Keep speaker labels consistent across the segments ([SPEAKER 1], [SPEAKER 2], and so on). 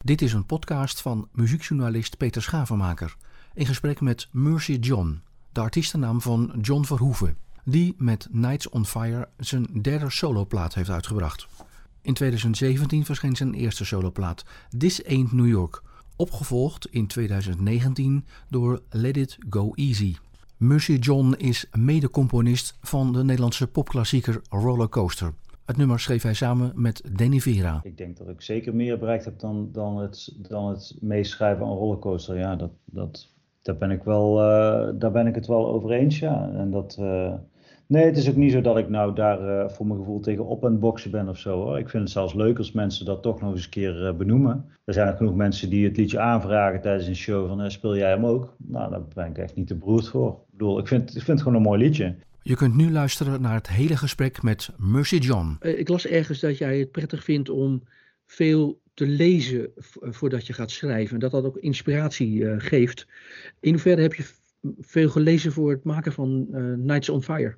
[SPEAKER 1] Dit is een podcast van muziekjournalist Peter Schavenmaker in gesprek met Mercy John, de artiestennaam van John Verhoeven, die met Nights on Fire zijn derde soloplaat heeft uitgebracht. In 2017 verscheen zijn eerste soloplaat, This Ain't New York, opgevolgd in 2019 door Let It Go Easy. Mercy John is mede-componist van de Nederlandse popklassieker Rollercoaster. Het nummer schreef hij samen met Danny Vera.
[SPEAKER 2] Ik denk dat ik zeker meer bereikt heb dan het meeschrijven aan Rollercoaster. Ja, daar ben ik het wel over eens, ja. En nee, het is ook niet zo dat ik nou daar voor mijn gevoel tegenop aan het boksen ben of zo, hoor. Ik vind het zelfs leuk als mensen dat toch nog eens een keer benoemen. Er zijn ook genoeg mensen die het liedje aanvragen tijdens een show van speel jij hem ook? Nou, daar ben ik echt niet te beroerd voor. Ik bedoel, ik vind het gewoon een mooi liedje.
[SPEAKER 1] Je kunt nu luisteren naar het hele gesprek met Mercy John.
[SPEAKER 3] Ik las ergens dat jij het prettig vindt om veel te lezen voordat je gaat schrijven. En dat ook inspiratie geeft. In hoeverre heb je veel gelezen voor het maken van Nights on Fire?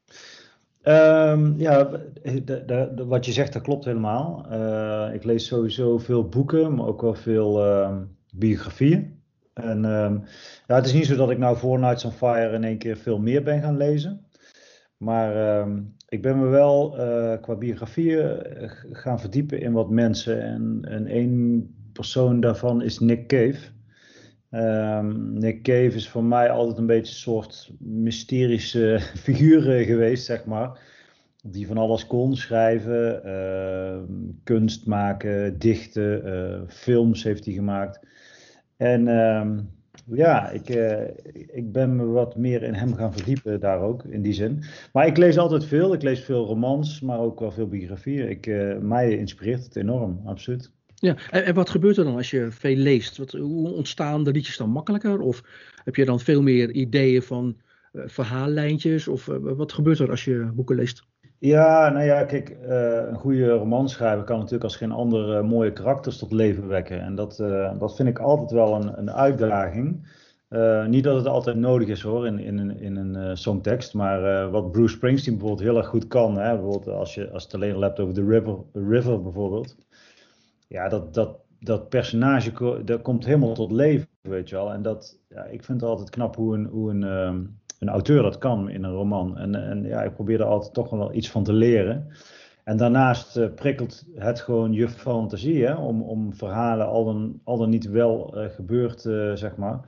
[SPEAKER 2] Wat je zegt, dat klopt helemaal. Ik lees sowieso veel boeken, maar ook wel veel biografieën. En het is niet zo dat ik nou voor Nights on Fire in één keer veel meer ben gaan lezen. Maar ik ben me wel qua biografieën gaan verdiepen in wat mensen. En één persoon daarvan is Nick Cave. Nick Cave is voor mij altijd een beetje een soort mysterische figuur geweest, zeg maar. Die van alles kon, schrijven, kunst maken, dichten, films heeft hij gemaakt. En ik ben me wat meer in hem gaan verdiepen daar ook, in die zin. Maar ik lees altijd veel. Ik lees veel romans, maar ook wel veel biografieën. Mij inspireert het enorm, absoluut.
[SPEAKER 3] Ja, en wat gebeurt er dan als je veel leest? Hoe ontstaan de liedjes dan makkelijker? Of heb je dan veel meer ideeën van verhaallijntjes? Of wat gebeurt er als je boeken leest?
[SPEAKER 2] Ja, nou ja, kijk, een goede romanschrijver kan natuurlijk als geen ander mooie karakters tot leven wekken. En dat vind ik altijd wel een uitdaging. Niet dat het altijd nodig is, hoor, in een songtekst. Maar wat Bruce Springsteen bijvoorbeeld heel erg goed kan. Hè, bijvoorbeeld als het alleen hebt over The River bijvoorbeeld. Ja, dat personage dat komt helemaal tot leven, weet je wel. En ik vind het altijd knap hoe een auteur dat kan in een roman. En ik probeer er altijd toch wel iets van te leren. En daarnaast prikkelt het gewoon je fantasie, hè, om verhalen al dan niet wel gebeurd, zeg maar.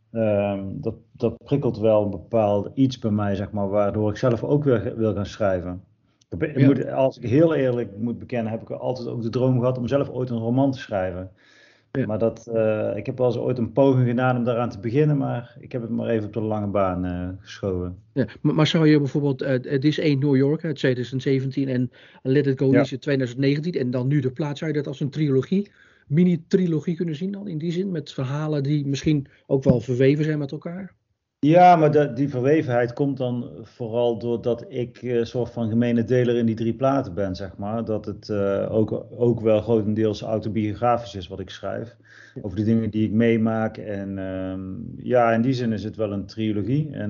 [SPEAKER 2] Dat prikkelt wel een bepaald iets bij mij, zeg maar, waardoor ik zelf ook weer wil gaan schrijven. Als ik heel eerlijk moet bekennen, heb ik altijd ook de droom gehad om zelf ooit een roman te schrijven. Ja. Maar ik heb wel eens ooit een poging gedaan om daaraan te beginnen, maar ik heb het maar even op de lange baan geschoven.
[SPEAKER 3] Ja, maar zou je bijvoorbeeld This Ain't New York uit 2017 en Let It Go Easy 2019 en dan nu de plaat, zou je dat als een trilogie, mini-trilogie kunnen zien dan in die zin? Met verhalen die misschien ook wel verweven zijn met elkaar?
[SPEAKER 2] Ja, maar die verwevenheid komt dan vooral doordat ik een soort van gemene deler in die 3 platen ben, zeg maar. Dat het ook wel grotendeels autobiografisch is wat ik schrijf. Over de dingen die ik meemaak. En in die zin is het wel een trilogie. En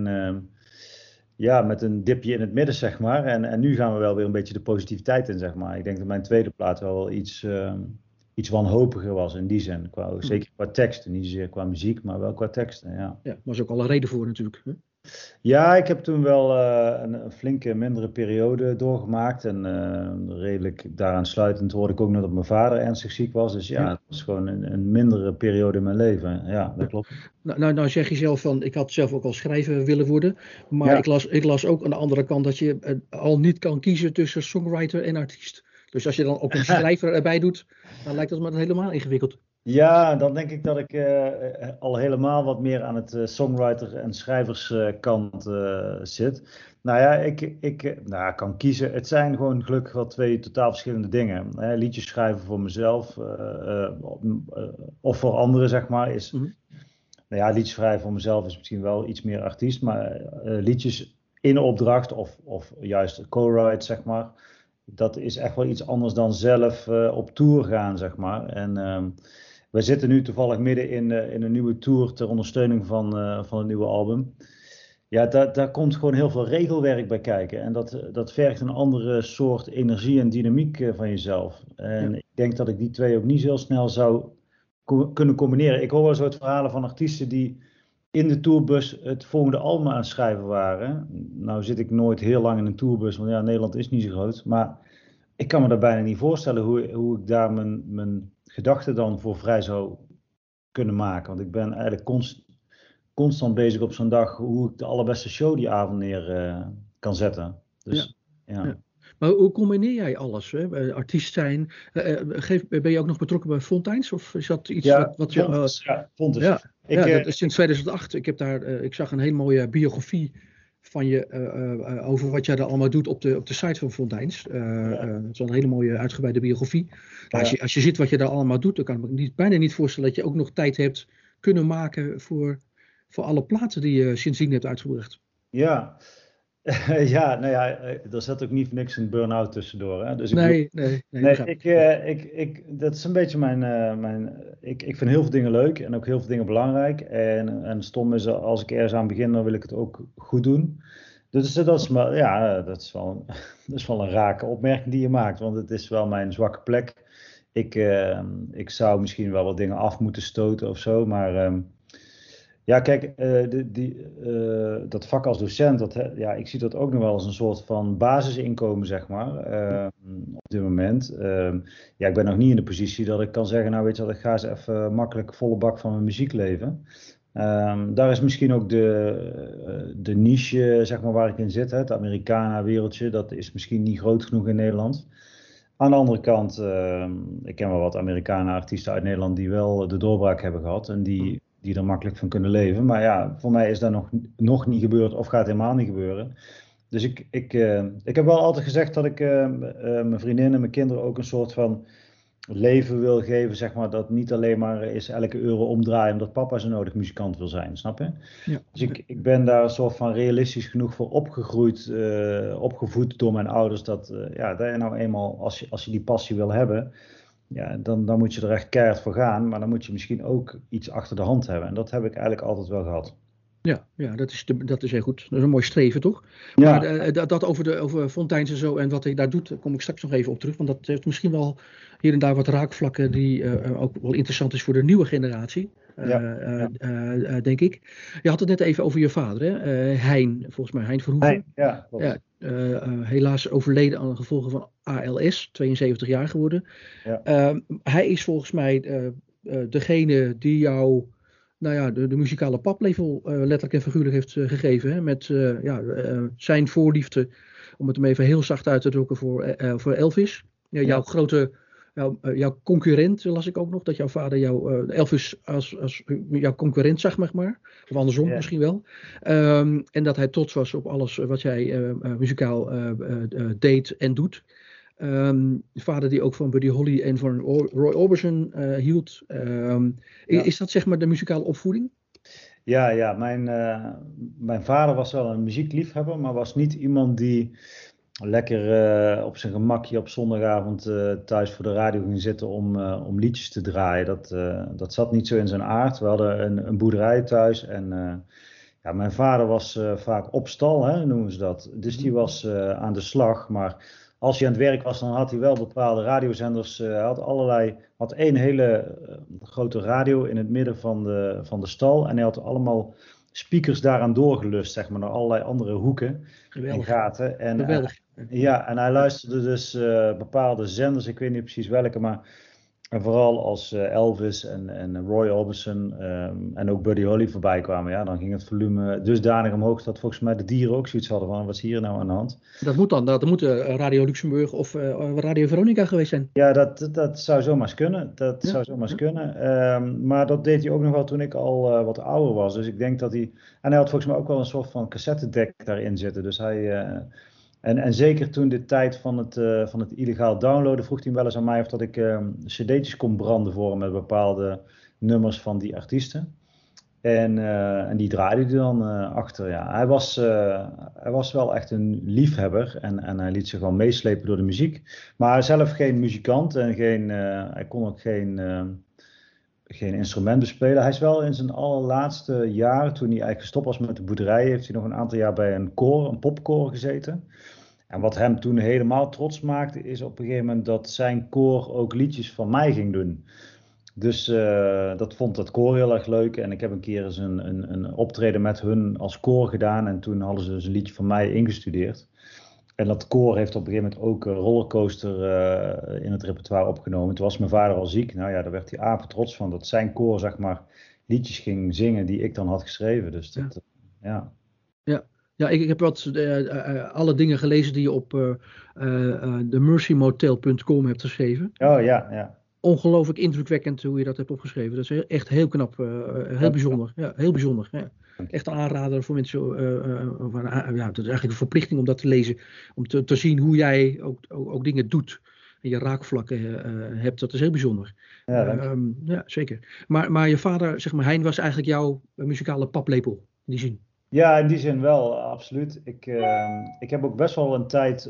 [SPEAKER 2] met een dipje in het midden, zeg maar. En nu gaan we wel weer een beetje de positiviteit in, zeg maar. Ik denk dat mijn tweede plaat wel iets wanhopiger was in die zin. Zeker qua teksten, niet zozeer qua muziek, maar wel qua teksten, ja.
[SPEAKER 3] Ja, was ook al een reden voor natuurlijk. Hè?
[SPEAKER 2] Ja, ik heb toen wel een flinke mindere periode doorgemaakt. En redelijk daaraan sluitend hoorde ik ook nog dat mijn vader ernstig ziek was. Dus ja, het was gewoon een mindere periode in mijn leven. Ja, dat klopt.
[SPEAKER 3] Nou zeg je zelf van, ik had zelf ook al schrijver willen worden. Maar ik las ook aan de andere kant dat je al niet kan kiezen tussen songwriter en artiest. Dus als je dan ook een schrijver erbij doet, dan lijkt dat me helemaal ingewikkeld.
[SPEAKER 2] Ja, dan denk ik dat ik al helemaal wat meer aan het songwriter- en schrijverskant zit. Nou ja, ik kan kiezen. Het zijn gewoon gelukkig wel 2 totaal verschillende dingen. Liedjes schrijven voor mezelf of voor anderen, zeg maar, is... Mm-hmm. Nou ja, liedjes schrijven voor mezelf is misschien wel iets meer artiest, maar liedjes in opdracht of juist co-write, zeg maar... Dat is echt wel iets anders dan zelf op tour gaan, zeg maar. En wij zitten nu toevallig midden in een nieuwe tour ter ondersteuning van het nieuwe album. Ja, daar komt gewoon heel veel regelwerk bij kijken. En dat vergt een andere soort energie en dynamiek van jezelf. En ik denk dat ik die 2 ook niet zo snel zou kunnen combineren. Ik hoor wel zo het verhalen van artiesten die in de tourbus het volgende album aan het schrijven waren. Nou zit ik nooit heel lang in een tourbus, want ja, Nederland is niet zo groot. Maar ik kan me daar bijna niet voorstellen hoe ik daar mijn gedachten dan voor vrij zou kunnen maken. Want ik ben eigenlijk constant bezig op zo'n dag hoe ik de allerbeste show die avond neer kan zetten. Dus ja.
[SPEAKER 3] Maar hoe combineer jij alles? Hè? Artiest zijn. Ben je ook nog betrokken bij Fontijns? Of is dat iets wat je...
[SPEAKER 2] Fontijns.
[SPEAKER 3] Dat is sinds 2008. Ik zag een hele mooie biografie van je over wat jij er allemaal doet op de site van Fontijns. Het is wel een hele mooie uitgebreide biografie. Nou, als je ziet wat je daar allemaal doet, dan kan ik me bijna niet voorstellen dat je ook nog tijd hebt kunnen maken voor alle platen die je sindsdien hebt uitgebracht.
[SPEAKER 2] Ja. Ja, nou ja, er zat ook niet voor niks een burn-out tussendoor. Hè? Dus dat is een beetje ik vind heel veel dingen leuk en ook heel veel dingen belangrijk. En stom is, als ik ergens aan begin, dan wil ik het ook goed doen. Dus dat is wel een rake opmerking die je maakt, want het is wel mijn zwakke plek. Ik zou misschien wel wat dingen af moeten stoten of zo, maar... Ja, kijk, dat vak als docent, ik zie dat ook nog wel als een soort van basisinkomen, zeg maar, op dit moment. Ik ben nog niet in de positie dat ik kan zeggen, nou weet je wat, ik ga eens even makkelijk volle bak van mijn muziek leven. Daar is misschien ook de niche, zeg maar, waar ik in zit, het Americana-wereldje, dat is misschien niet groot genoeg in Nederland. Aan de andere kant, ik ken wel wat Americana-artiesten uit Nederland die wel de doorbraak hebben gehad en die er makkelijk van kunnen leven. Maar ja, voor mij is dat nog niet gebeurd of gaat helemaal niet gebeuren. Dus ik heb wel altijd gezegd dat ik mijn vriendin en mijn kinderen ook een soort van leven wil geven, zeg maar, dat niet alleen maar is elke euro omdraaien omdat papa zo nodig muzikant wil zijn, snap je? Ja. Dus ik ben daar een soort van realistisch genoeg voor opgevoed door mijn ouders, dat je nou eenmaal, als je die passie wil hebben, ja, dan moet je er echt keihard voor gaan, maar dan moet je misschien ook iets achter de hand hebben. En dat heb ik eigenlijk altijd wel gehad.
[SPEAKER 3] Ja, dat is heel goed. Dat is een mooi streven, toch? Ja. Maar dat over Fontijns en zo en wat hij daar doet, daar kom ik straks nog even op terug. Want dat heeft misschien wel hier en daar wat raakvlakken die ook wel interessant is voor de nieuwe generatie. Denk ik. Je had het net even over je vader, hè? Hein, volgens mij, Hein Verhoeven. Helaas overleden aan de gevolgen van ALS, 72 jaar geworden. Ja. Hij is volgens mij degene die jou de muzikale paplepel letterlijk en figuurlijk heeft gegeven. Hè, met zijn voorliefde, om het hem even heel zacht uit te drukken, voor Elvis. Jouw concurrent, las ik ook nog, dat jouw vader Elvis als jouw concurrent zag, maar. Of andersom misschien wel. En dat hij trots was op alles wat jij muzikaal deed en doet. Vader die ook van Buddy Holly en van Roy Orbison hield. Is dat zeg maar de muzikale opvoeding?
[SPEAKER 2] Ja, mijn vader was wel een muziekliefhebber, maar was niet iemand die lekker op zijn gemakje op zondagavond thuis voor de radio ging zitten om liedjes te draaien. Dat zat niet zo in zijn aard. We hadden een boerderij thuis en mijn vader was vaak op stal, hè, noemen ze dat. Dus die was aan de slag, maar als hij aan het werk was, dan had hij wel bepaalde radiozenders. Hij had één hele grote radio in het midden van de stal. En hij had allemaal speakers daaraan doorgelust, zeg maar, naar allerlei andere hoeken en gaten. En hij luisterde dus bepaalde zenders, ik weet niet precies welke, maar en vooral als Elvis en Roy Orbison en ook Buddy Holly voorbij kwamen, dan ging het volume dusdanig omhoog dat volgens mij de dieren ook zoiets hadden van, wat is hier nou aan de hand?
[SPEAKER 3] Dat moet Radio Luxemburg of Radio Veronica geweest zijn.
[SPEAKER 2] Ja, dat zou zomaar eens kunnen. Maar dat deed hij ook nog wel toen ik al wat ouder was. Dus ik denk dat hij... En hij had volgens mij ook wel een soort van cassettedek daarin zitten. Dus hij... En zeker toen de tijd van het illegaal downloaden vroeg hij wel eens aan mij of dat ik cd'tjes kon branden voor hem met bepaalde nummers van die artiesten. En die draaide hij dan achter. Ja. Hij was wel echt een liefhebber en hij liet zich wel meeslepen door de muziek. Maar zelf geen muzikant en hij kon ook geen instrument bespelen. Hij is wel in zijn allerlaatste jaren, toen hij eigenlijk gestopt was met de boerderij, heeft hij nog een aantal jaar bij een popkoor gezeten. En wat hem toen helemaal trots maakte, is op een gegeven moment dat zijn koor ook liedjes van mij ging doen. Dus dat vond dat koor heel erg leuk. En ik heb een keer eens een optreden met hun als koor gedaan. En toen hadden ze dus een liedje van mij ingestudeerd. En dat koor heeft op een gegeven moment ook Rollercoaster in het repertoire opgenomen. Toen was mijn vader al ziek. Nou ja, daar werd hij apen trots van. Dat zijn koor, zeg maar, liedjes ging zingen die ik dan had geschreven. Dus dat, ja.
[SPEAKER 3] Ja, ik heb alle dingen gelezen die je op themercymotel.com hebt geschreven.
[SPEAKER 2] Oh ja.
[SPEAKER 3] Ongelooflijk indrukwekkend hoe je dat hebt opgeschreven. Dat is echt heel knap, heel bijzonder. Ja, heel bijzonder. Ja. Echt een aanrader voor mensen. Het is eigenlijk een verplichting om dat te lezen. Om te zien hoe jij ook dingen doet. En je raakvlakken hebt. Dat is heel bijzonder. Ja, zeker. Maar je vader, zeg maar, Hein was eigenlijk jouw muzikale paplepel. In die zin.
[SPEAKER 2] Ja, in die zin wel, absoluut. Ik heb ook best wel een tijd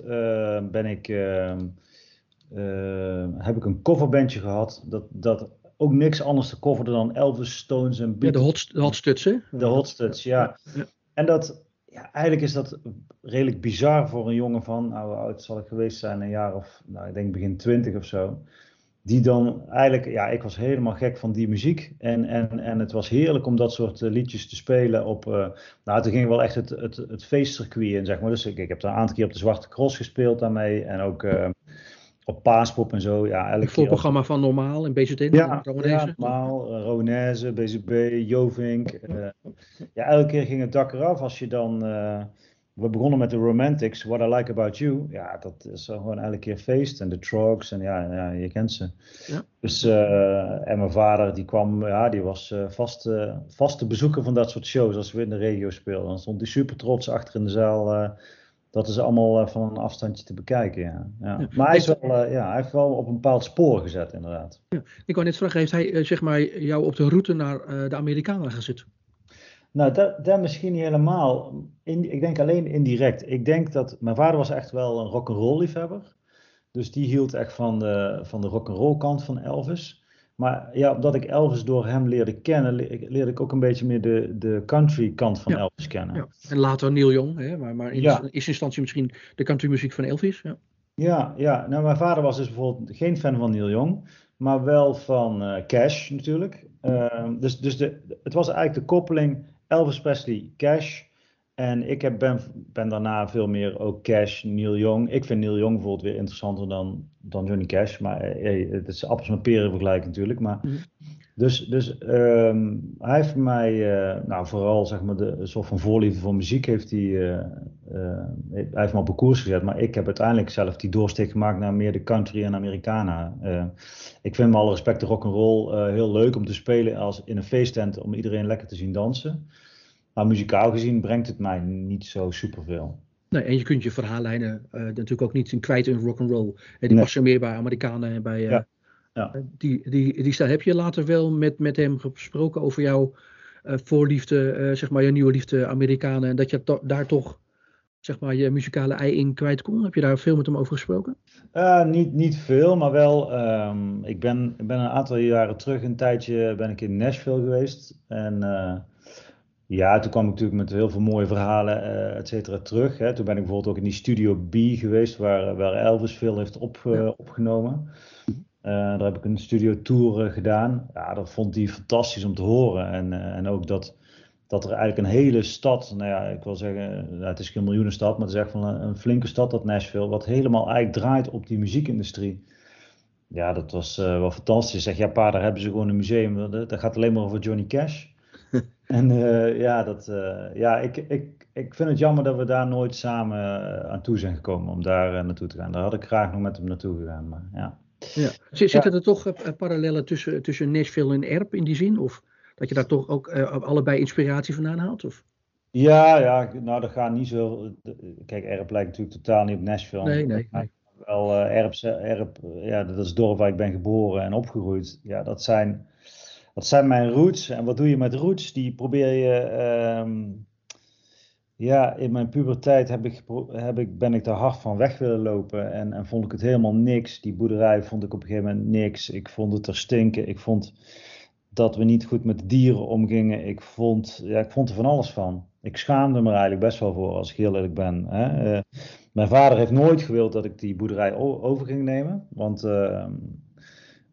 [SPEAKER 2] heb ik een coverbandje gehad dat ook niks anders te coverde dan Elvis, Stones en Beatles.
[SPEAKER 3] De Hot Studs, hè?
[SPEAKER 2] De Hot Studs, ja. En eigenlijk is dat redelijk bizar voor een jongen van, nou, hoe oud zal ik geweest zijn, een jaar of, nou, ik denk begin 20 of zo. Die dan eigenlijk, ja, ik was helemaal gek van die muziek. En het was heerlijk om dat soort liedjes te spelen op, nou, toen ging wel echt het feestcircuit in, zeg maar. Dus ik heb daar een aantal keer op de Zwarte Cross gespeeld daarmee. En ook op Paaspop en zo. Ja,
[SPEAKER 3] het voorprogramma van Normaal en BZN.
[SPEAKER 2] Ja, Normaal, Rowanese, BZB, Jovink. Ja, elke keer ging het dak eraf als je dan... we begonnen met de Romantics, What I Like About You. Ja, dat is gewoon elke keer feest. En de Trogs, en ja, je kent ze. Ja. Dus, en mijn vader, die kwam, ja, die was vaste bezoeker van dat soort shows als we in de regio speelden. Dan stond hij super trots achter in de zaal. Dat is allemaal van een afstandje te bekijken, ja. Maar hij heeft wel op een bepaald spoor gezet, inderdaad.
[SPEAKER 3] Ja. Ik wou net vragen, heeft hij zeg maar jou op de route naar de Amerikanen gezet?
[SPEAKER 2] Nou, dat misschien niet helemaal. Ik denk alleen indirect. Ik denk dat mijn vader was echt wel een rock'n'roll liefhebber. Dus die hield echt van de rock'n'roll kant van Elvis. Maar ja, omdat ik Elvis door hem leerde kennen, leerde ik ook een beetje meer de country kant van Elvis kennen.
[SPEAKER 3] Ja. En later Neil Young, hè? Maar in eerste instantie misschien de countrymuziek van Elvis.
[SPEAKER 2] Ja. Nou, mijn vader was dus bijvoorbeeld geen fan van Neil Young, maar wel van Cash natuurlijk. Dus het was eigenlijk de koppeling Elvis Presley, Cash. En ik ben daarna veel meer ook Cash, Neil Young. Ik vind Neil Young bijvoorbeeld weer interessanter dan Johnny Cash. Maar het is appels met peren vergelijken natuurlijk. Maar, Dus hij heeft mij, nou vooral zeg maar een soort van voorliefde voor muziek heeft hij heeft me op een koers gezet. Maar ik heb uiteindelijk zelf die doorsteek gemaakt naar meer de country en Americana. Ik vind met alle respect de rock'n'roll heel leuk om te spelen als in een feesttent om iedereen lekker te zien dansen. Maar muzikaal gezien brengt het mij niet zo superveel.
[SPEAKER 3] Nee, en je kunt je verhaallijnen natuurlijk ook niet kwijt in rock'n'roll. Die passen meer bij Amerikanen en bij... Die stijl. Heb je later wel met hem gesproken over jouw voorliefde, zeg maar je nieuwe liefde Amerikanen, en dat je daar toch zeg maar je muzikale ei in kwijt kon? Heb je daar veel met hem over gesproken?
[SPEAKER 2] Niet veel, maar wel. Ik ben een aantal jaren terug, een tijdje ben ik in Nashville geweest. En toen kwam ik natuurlijk met heel veel mooie verhalen, et cetera, terug. Hè. Toen ben ik bijvoorbeeld ook in die Studio B geweest, waar Elvis veel heeft opgenomen. Daar heb ik een studio tour gedaan. Ja, dat vond hij fantastisch om te horen. En ook dat er eigenlijk een hele stad, nou ja, ik wil zeggen, het is geen miljoenenstad, maar het is echt wel een flinke stad, dat Nashville, wat helemaal eigenlijk draait op die muziekindustrie. Ja, dat was wel fantastisch. Ik zeg, ja pa, daar hebben ze gewoon een museum, dat gaat alleen maar over Johnny Cash. En ik vind het jammer dat we daar nooit samen aan toe zijn gekomen om daar naartoe te gaan. Daar had ik graag nog met hem naartoe gegaan, maar ja.
[SPEAKER 3] Ja. Zitten er toch parallellen tussen Nashville en Erp in die zin? Of dat je daar toch ook allebei inspiratie vandaan haalt? Of?
[SPEAKER 2] Ja, nou dat gaat niet zo. Kijk, Erp lijkt natuurlijk totaal niet op Nashville.
[SPEAKER 3] Nee.
[SPEAKER 2] Wel, Erp, ja, dat is het dorp waar ik ben geboren en opgegroeid. Ja, dat zijn mijn roots. En wat doe je met roots? Die probeer je... in mijn puberteit ben ik daar hard van weg willen lopen en vond ik het helemaal niks. Die boerderij vond ik op een gegeven moment niks. Ik vond het er stinken. Ik vond dat we niet goed met de dieren omgingen. Ik vond er van alles van. Ik schaamde me er eigenlijk best wel voor, als ik heel eerlijk ben. Hè. Mijn vader heeft nooit gewild dat ik die boerderij over ging nemen. Want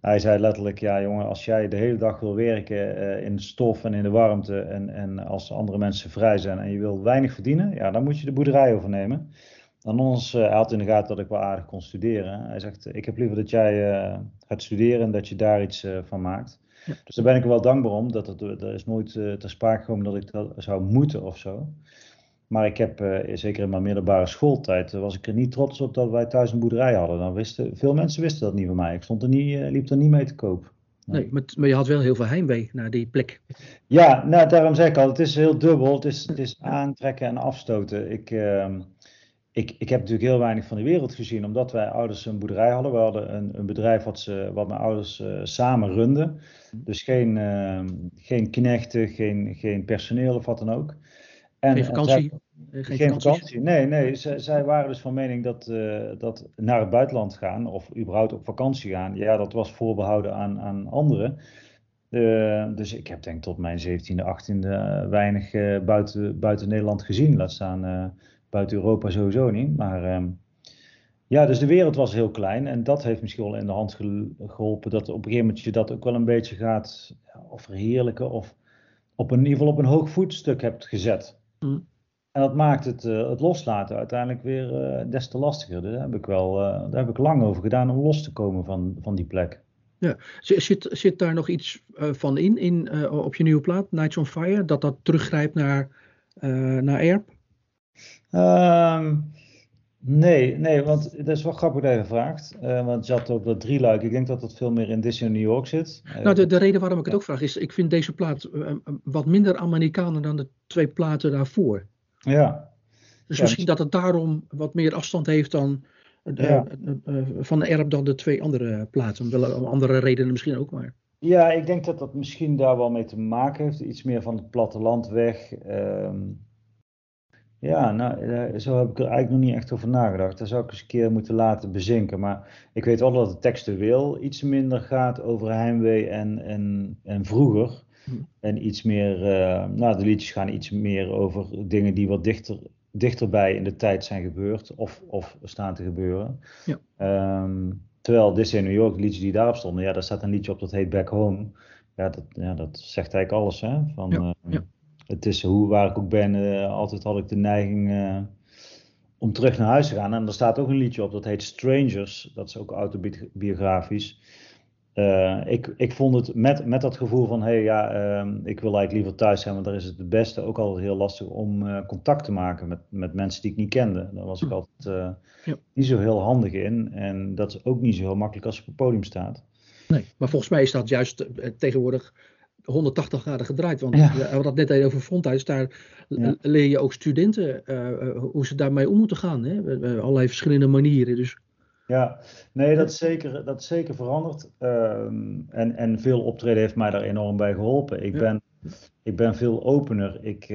[SPEAKER 2] Hij zei letterlijk, ja jongen, als jij de hele dag wil werken in de stof en in de warmte en als andere mensen vrij zijn en je wil weinig verdienen, ja, dan moet je de boerderij overnemen. En anders, hij had in de gaten dat ik wel aardig kon studeren. Hij zegt, ik heb liever dat jij gaat studeren en dat je daar iets van maakt.
[SPEAKER 3] Ja.
[SPEAKER 2] Dus daar ben ik wel dankbaar om. Er is nooit ter sprake gekomen dat ik dat zou moeten of zo. Maar ik heb, zeker in mijn middelbare schooltijd, was ik er niet trots op dat wij thuis een boerderij hadden. Veel mensen wisten dat niet van mij. Ik liep er niet mee te koop.
[SPEAKER 3] Nee, maar je had wel heel veel heimwee naar die plek.
[SPEAKER 2] Ja, nou, daarom zeg ik al, het is heel dubbel. Het is aantrekken en afstoten. Ik heb natuurlijk heel weinig van de wereld gezien, omdat wij ouders een boerderij hadden. We hadden een bedrijf wat mijn ouders samen runden. Dus geen knechten, geen personeel of wat dan ook.
[SPEAKER 3] Geen vakantie?
[SPEAKER 2] Geen vakantie. Nee. Zij waren dus van mening dat naar het buitenland gaan of überhaupt op vakantie gaan, ja, dat was voorbehouden aan anderen. Dus ik heb denk ik tot mijn 17e, 18e weinig buiten Nederland gezien. Laat staan buiten Europa sowieso niet. Maar ja, dus de wereld was heel klein. En dat heeft misschien wel in de hand geholpen dat op een gegeven moment je dat ook wel een beetje gaat of verheerlijken. Of in ieder geval op een hoog voetstuk hebt gezet.
[SPEAKER 3] Mm.
[SPEAKER 2] En dat maakt het loslaten uiteindelijk weer des te lastiger. Dus daar heb ik lang over gedaan om los te komen van die plek.
[SPEAKER 3] Ja. Zit daar nog iets van in op je nieuwe plaat, Nights on Fire? Dat teruggrijpt naar Erb?
[SPEAKER 2] Nee, want dat is wel grappig dat je vraagt. Want je had ook dat drieluik. Ik denk dat dat veel meer in Disney New York zit.
[SPEAKER 3] Nou, de reden waarom ik het ook vraag is, ik vind deze plaat wat minder Amerikaner dan de 2 platen daarvoor.
[SPEAKER 2] Ja.
[SPEAKER 3] Dus misschien dat het daarom wat meer afstand heeft dan van Erb dan de 2 andere platen. Wel om andere redenen misschien ook maar.
[SPEAKER 2] Ja, ik denk dat dat misschien daar wel mee te maken heeft. Iets meer van het platteland weg. Ja, nou, zo heb ik er eigenlijk nog niet echt over nagedacht. Daar zou ik eens een keer moeten laten bezinken. Maar ik weet wel dat het textueel iets minder gaat over heimwee en vroeger. En iets meer, de liedjes gaan iets meer over dingen die wat dichterbij in de tijd zijn gebeurd of staan te gebeuren. Ja. Terwijl Disney New York, de liedjes die daarop stonden, ja, daar staat een liedje op dat heet Back Home. Ja, dat zegt eigenlijk alles, hè? Het is waar ik ook ben, altijd had ik de neiging om terug naar huis te gaan. En er staat ook een liedje op, dat heet Strangers. Dat is ook autobiografisch. Ik vond het met dat gevoel van, ik wil eigenlijk liever thuis zijn, want daar is het beste ook altijd heel lastig om contact te maken met mensen die ik niet kende. Daar was ik altijd niet zo heel handig in. En dat is ook niet zo heel makkelijk als je op het podium staat.
[SPEAKER 3] Nee, maar volgens mij is dat juist tegenwoordig 180 graden gedraaid. Want we hadden het net over Fonthuis, daar leer je ook studenten hoe ze daarmee om moeten gaan. Hè? Allerlei verschillende manieren. Dus.
[SPEAKER 2] Ja, nee, dat is zeker veranderd. En veel optreden heeft mij daar enorm bij geholpen. Ik ben veel opener.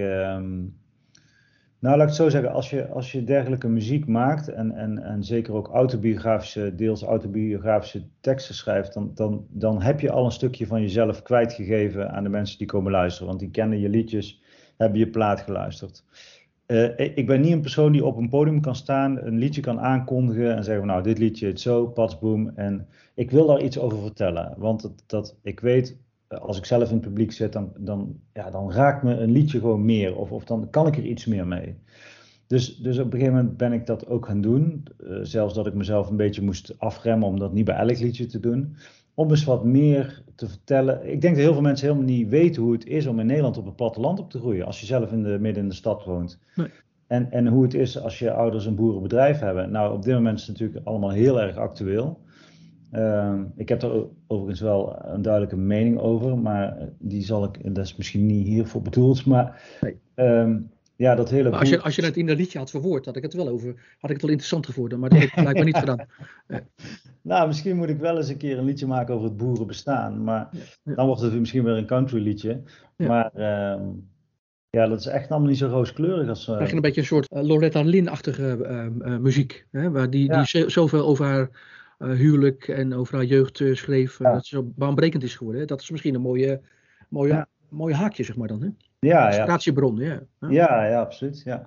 [SPEAKER 2] Nou, laat ik het zo zeggen, als je dergelijke muziek maakt en zeker ook deels autobiografische teksten schrijft, dan heb je al een stukje van jezelf kwijtgegeven aan de mensen die komen luisteren. Want die kennen je liedjes, hebben je plaat geluisterd. Ik ben niet een persoon die op een podium kan staan, een liedje kan aankondigen en zeggen van, nou, dit liedje heet zo, patsboom. En ik wil daar iets over vertellen, want ik weet, als ik zelf in het publiek zit, dan raakt me een liedje gewoon meer. Of dan kan ik er iets meer mee. Dus op een gegeven moment ben ik dat ook gaan doen. Zelfs dat ik mezelf een beetje moest afremmen om dat niet bij elk liedje te doen. Om eens wat meer te vertellen. Ik denk dat heel veel mensen helemaal niet weten hoe het is om in Nederland op het platteland op te groeien. Als je zelf midden in de stad woont. Nee. En hoe het is als je ouders een boerenbedrijf hebben. Nou, op dit moment is het natuurlijk allemaal heel erg actueel. Ik heb er overigens wel een duidelijke mening over, maar dat is misschien niet hiervoor bedoeld, maar dat hele...
[SPEAKER 3] Maar als je het in dat liedje had verwoord, had ik het wel interessant gevonden, maar dat heb ik blijkbaar niet gedaan.
[SPEAKER 2] Nou, misschien moet ik wel eens een keer een liedje maken over het boerenbestaan, maar dan wordt het misschien weer een country liedje. Ja. Maar dat is echt allemaal niet zo rooskleurig als...
[SPEAKER 3] Krijg je een beetje een soort Loretta Lynn-achtige muziek, hè, waar die zoveel over haar huwelijk en over haar jeugd schreef, dat ze zo baanbrekend is geworden. Hè? Dat is misschien een mooie haakje, zeg maar dan. Hè?
[SPEAKER 2] Ja,
[SPEAKER 3] inspiratiebron,
[SPEAKER 2] ja, absoluut. Ja.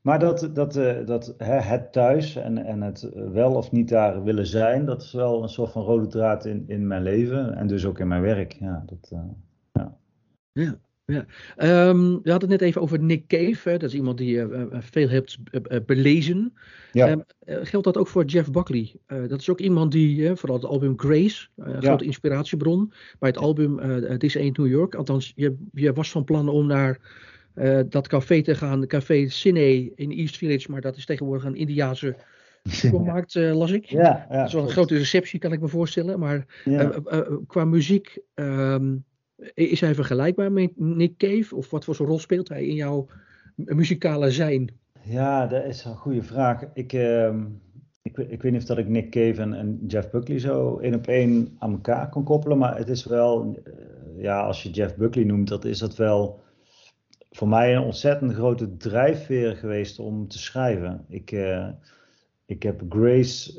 [SPEAKER 2] Maar het thuis en het wel of niet daar willen zijn, dat is wel een soort van rode draad in mijn leven en dus ook in mijn werk. Ja, ja.
[SPEAKER 3] Ja, ja. Je had het net even over Nick Cave. Hè? Dat is iemand die je veel hebt belezen.
[SPEAKER 2] Ja.
[SPEAKER 3] Geldt dat ook voor Jeff Buckley? Dat is ook iemand die, vooral het album Grace, een grote inspiratiebron. Bij het album This Ain't New York. Althans, je was van plan om naar dat café te gaan. Café Cine in East Village. Maar dat is tegenwoordig een Indiase supermarkt, las ik.
[SPEAKER 2] Ja,
[SPEAKER 3] dat is wel een grote receptie, kan ik me voorstellen. Maar qua muziek... is hij vergelijkbaar met Nick Cave? Of wat voor zo'n rol speelt hij in jouw muzikale zijn?
[SPEAKER 2] Ja, dat is een goede vraag. Ik weet niet of dat ik Nick Cave en Jeff Buckley zo 1 op 1 aan elkaar kan koppelen. Maar het is wel, als je Jeff Buckley noemt, dat is dat wel voor mij een ontzettend grote drijfveer geweest om te schrijven. Ik heb Grace,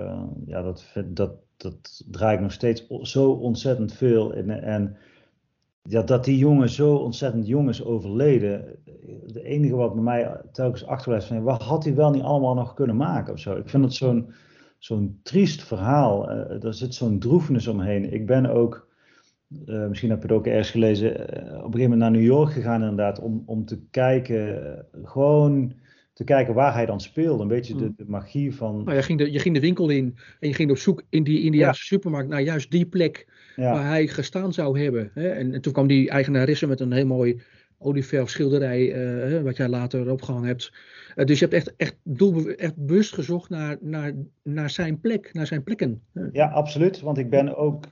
[SPEAKER 2] dat draai ik nog steeds zo ontzettend veel in. En dat die jongen zo ontzettend jong is overleden. De enige wat bij mij telkens achterblijft van, wat had hij wel niet allemaal nog kunnen maken of zo. Ik vind het zo'n triest verhaal. Er zit zo'n droefenis omheen. Ik ben ook, misschien heb je het ook ergens gelezen, op een gegeven moment naar New York gegaan inderdaad, om te kijken, gewoon te kijken waar hij dan speelde. Een beetje de magie van...
[SPEAKER 3] Nou, je ging de winkel in en je ging op zoek in die Indiaanse supermarkt naar juist die plek waar hij gestaan zou hebben. Hè? En toen kwam die eigenaresse met een heel mooi olieverf schilderij, wat jij later opgehangen hebt. Dus je hebt echt bewust gezocht naar zijn plek, naar zijn plekken.
[SPEAKER 2] Ja, absoluut. Want ik ben ook,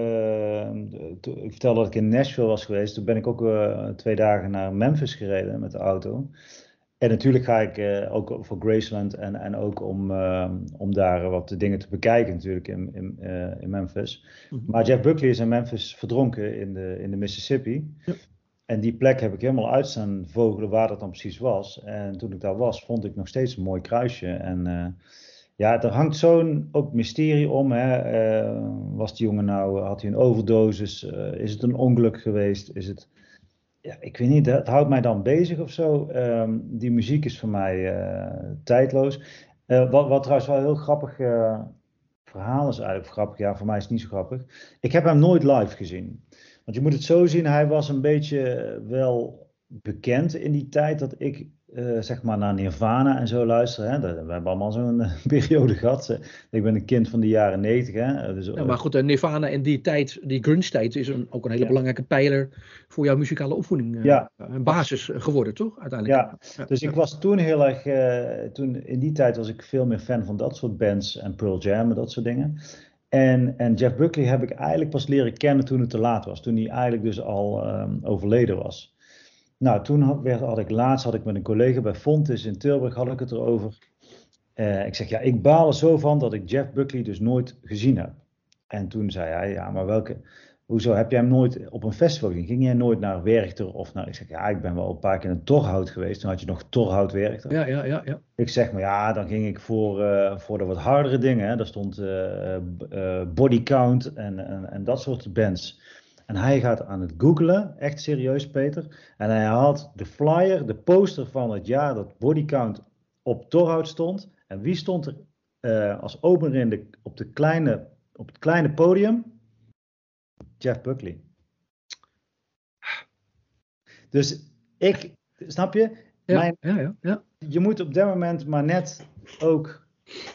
[SPEAKER 2] ik vertelde dat ik in Nashville was geweest. Toen ben ik ook 2 dagen naar Memphis gereden met de auto. En natuurlijk ga ik ook voor Graceland en ook om daar wat dingen te bekijken natuurlijk in Memphis. Maar Jeff Buckley is in Memphis verdronken in de Mississippi. Ja. En die plek heb ik helemaal uit staan vogelen waar dat dan precies was. En toen ik daar was, vond ik nog steeds een mooi kruisje. En er hangt zo'n ook mysterie om. Hè. Was die jongen nou, had hij een overdosis? Is het een ongeluk geweest? Is het... Ja, ik weet niet, het houdt mij dan bezig of zo. Die muziek is voor mij tijdloos. Wat trouwens wel een heel grappig verhaal is eigenlijk. Grappig, ja, voor mij is het niet zo grappig. Ik heb hem nooit live gezien. Want je moet het zo zien, hij was een beetje wel bekend in die tijd dat ik zeg maar naar Nirvana en zo luister. Hè. We hebben allemaal zo'n periode gehad. Ik ben een kind van de jaren 90. Hè. Dus,
[SPEAKER 3] maar goed, Nirvana en die tijd, die grunge tijd, is ook een hele belangrijke pijler voor jouw muzikale opvoeding. Een basis geworden, toch? Uiteindelijk.
[SPEAKER 2] Ja, dus ik was toen heel erg, in die tijd was ik veel meer fan van dat soort bands en Pearl Jam en dat soort dingen. En Jeff Buckley heb ik eigenlijk pas leren kennen toen het te laat was. Toen hij eigenlijk dus al overleden was. Nou, toen had ik met een collega bij Fontis in Tilburg, had ik het erover. Ik zeg, ja, ik baal er zo van dat ik Jeff Buckley dus nooit gezien heb. En toen zei hij, ja, maar hoezo heb jij hem nooit op een festival gezien? Ging jij nooit naar Werchter of naar... Ik zeg, ja, ik ben wel een paar keer in Torhout geweest. Toen had je nog Torhout Werchter.
[SPEAKER 3] Ja.
[SPEAKER 2] Ik zeg, maar ja, dan ging ik voor de wat hardere dingen. Hè. Daar stond Body Count en dat soort bands. En hij gaat aan het googlen, echt serieus Peter. En hij haalt de flyer, de poster van het jaar dat Body Count op Torhout stond. En wie stond er als opener op het kleine podium? Jeff Buckley. Dus snap je?
[SPEAKER 3] Ja.
[SPEAKER 2] Je moet op dat moment maar net ook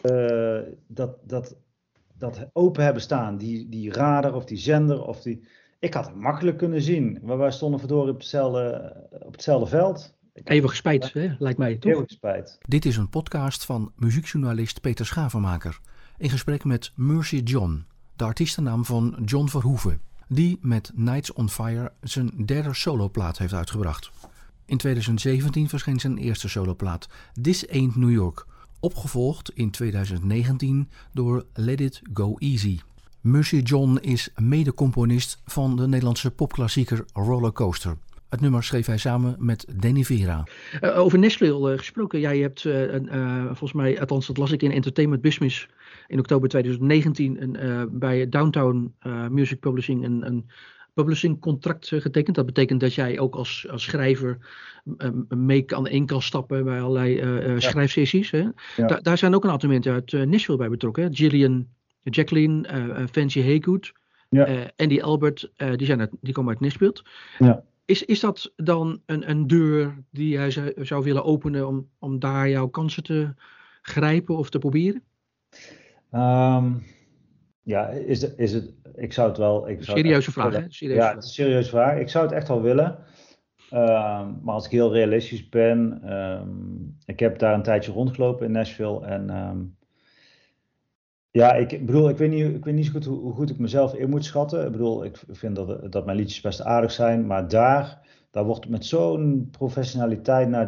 [SPEAKER 2] dat open hebben staan. Die radar of die zender of die... Ik had het makkelijk kunnen zien. Maar wij stonden verdorie op hetzelfde veld.
[SPEAKER 3] Eeuwig spijt, lijkt mij, toch?
[SPEAKER 2] Eeuwig spijt.
[SPEAKER 1] Dit is een podcast van muziekjournalist Peter Schavenmaker. In gesprek met Mercy John, de artiestennaam van John Verhoeven, die met Nights on Fire zijn 3e soloplaat heeft uitgebracht. In 2017 verscheen zijn eerste soloplaat, This Ain't New York, opgevolgd in 2019 door Let It Go Easy. Mercy John is mede-componist van de Nederlandse popklassieker Rollercoaster. Het nummer schreef hij samen met Danny Vera.
[SPEAKER 3] Over Nashville gesproken. Jij hebt volgens mij, althans dat las ik in Entertainment Business in oktober 2019 bij Downtown Music Publishing een publishing contract getekend. Dat betekent dat jij ook als schrijver mee in kan stappen bij allerlei schrijfsessies. Hè?
[SPEAKER 2] Ja.
[SPEAKER 3] Daar zijn ook een aantal mensen uit Nashville bij betrokken. Hè? Jacqueline, Fancy Haygood, Andy Albert, die komen uit Nashville.
[SPEAKER 2] Ja.
[SPEAKER 3] Is dat dan een deur die jij zou willen openen om daar jouw kansen te grijpen of te proberen?
[SPEAKER 2] Ja, is het, ik zou het wel...
[SPEAKER 3] Serieuze vraag, hè?
[SPEAKER 2] Het is een serieuze vraag. Ik zou het echt wel willen. Maar als ik heel realistisch ben... ik heb daar een tijdje rondgelopen in Nashville. En ik bedoel, ik weet niet zo goed hoe goed ik mezelf in moet schatten. Ik bedoel, ik vind dat mijn liedjes best aardig zijn. Maar daar wordt met zo'n professionaliteit naar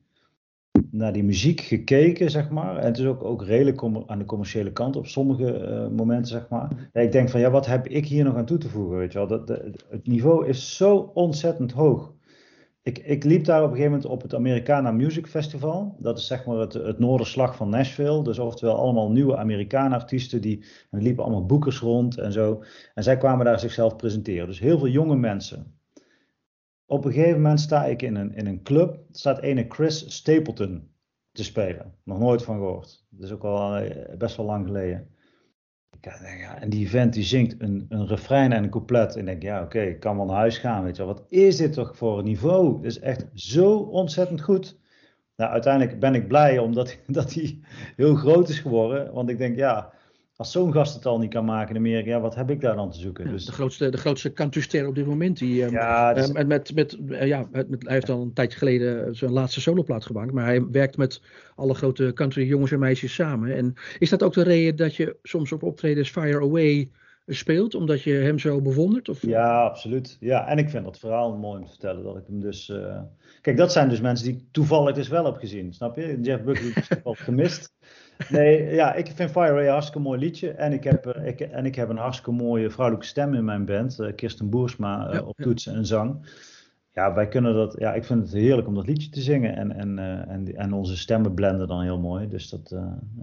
[SPEAKER 2] die muziek gekeken, zeg maar. En het is ook redelijk aan de commerciële kant op sommige momenten, zeg maar. Ja, ik denk van, wat heb ik hier nog aan toe te voegen, weet je wel. Het niveau is zo ontzettend hoog. Ik liep daar op een gegeven moment op het Americana Music Festival. Dat is zeg maar het noorderslag van Nashville. Dus oftewel allemaal nieuwe Amerikaanartiesten. En er liepen allemaal boekers rond en zo. En zij kwamen daar zichzelf presenteren. Dus heel veel jonge mensen. Op een gegeven moment sta ik in een club. Er staat ene Chris Stapleton te spelen. Nog nooit van gehoord. Dat is ook al best wel lang geleden. En die vent die zingt een refrein en een couplet. En ik denk, ik kan wel naar huis gaan. Weet je wel. Wat is dit toch voor een niveau? Het is echt zo ontzettend goed. Nou, uiteindelijk ben ik blij omdat hij heel groot is geworden. Want ik denk, als zo'n gast het al niet kan maken in Amerika, wat heb ik daar dan te zoeken?
[SPEAKER 3] Ja,
[SPEAKER 2] dus...
[SPEAKER 3] De grootste countryster op dit moment. Hij heeft al een tijdje geleden zijn laatste soloplaat gemaakt. Maar hij werkt met alle grote country jongens en meisjes samen. En is dat ook de reden dat je soms op optredens Fire Away speelt? Omdat je hem zo bewondert? Of?
[SPEAKER 2] Ja, absoluut. Ja, en ik vind dat verhaal mooi om te vertellen. Dat ik hem dus... Kijk, dat zijn dus mensen die ik toevallig dus wel heb gezien. Snap je? Jeff Buckley heb ik wel gemist. Nee, ik vind Fire Away een hartstikke mooi liedje. En ik heb een hartstikke mooie vrouwelijke stem in mijn band. Kirsten Boersma op toetsen en zang. Ja, wij kunnen dat... Ja, ik vind het heerlijk om dat liedje te zingen. En onze stemmen blenden dan heel mooi. Dus dat...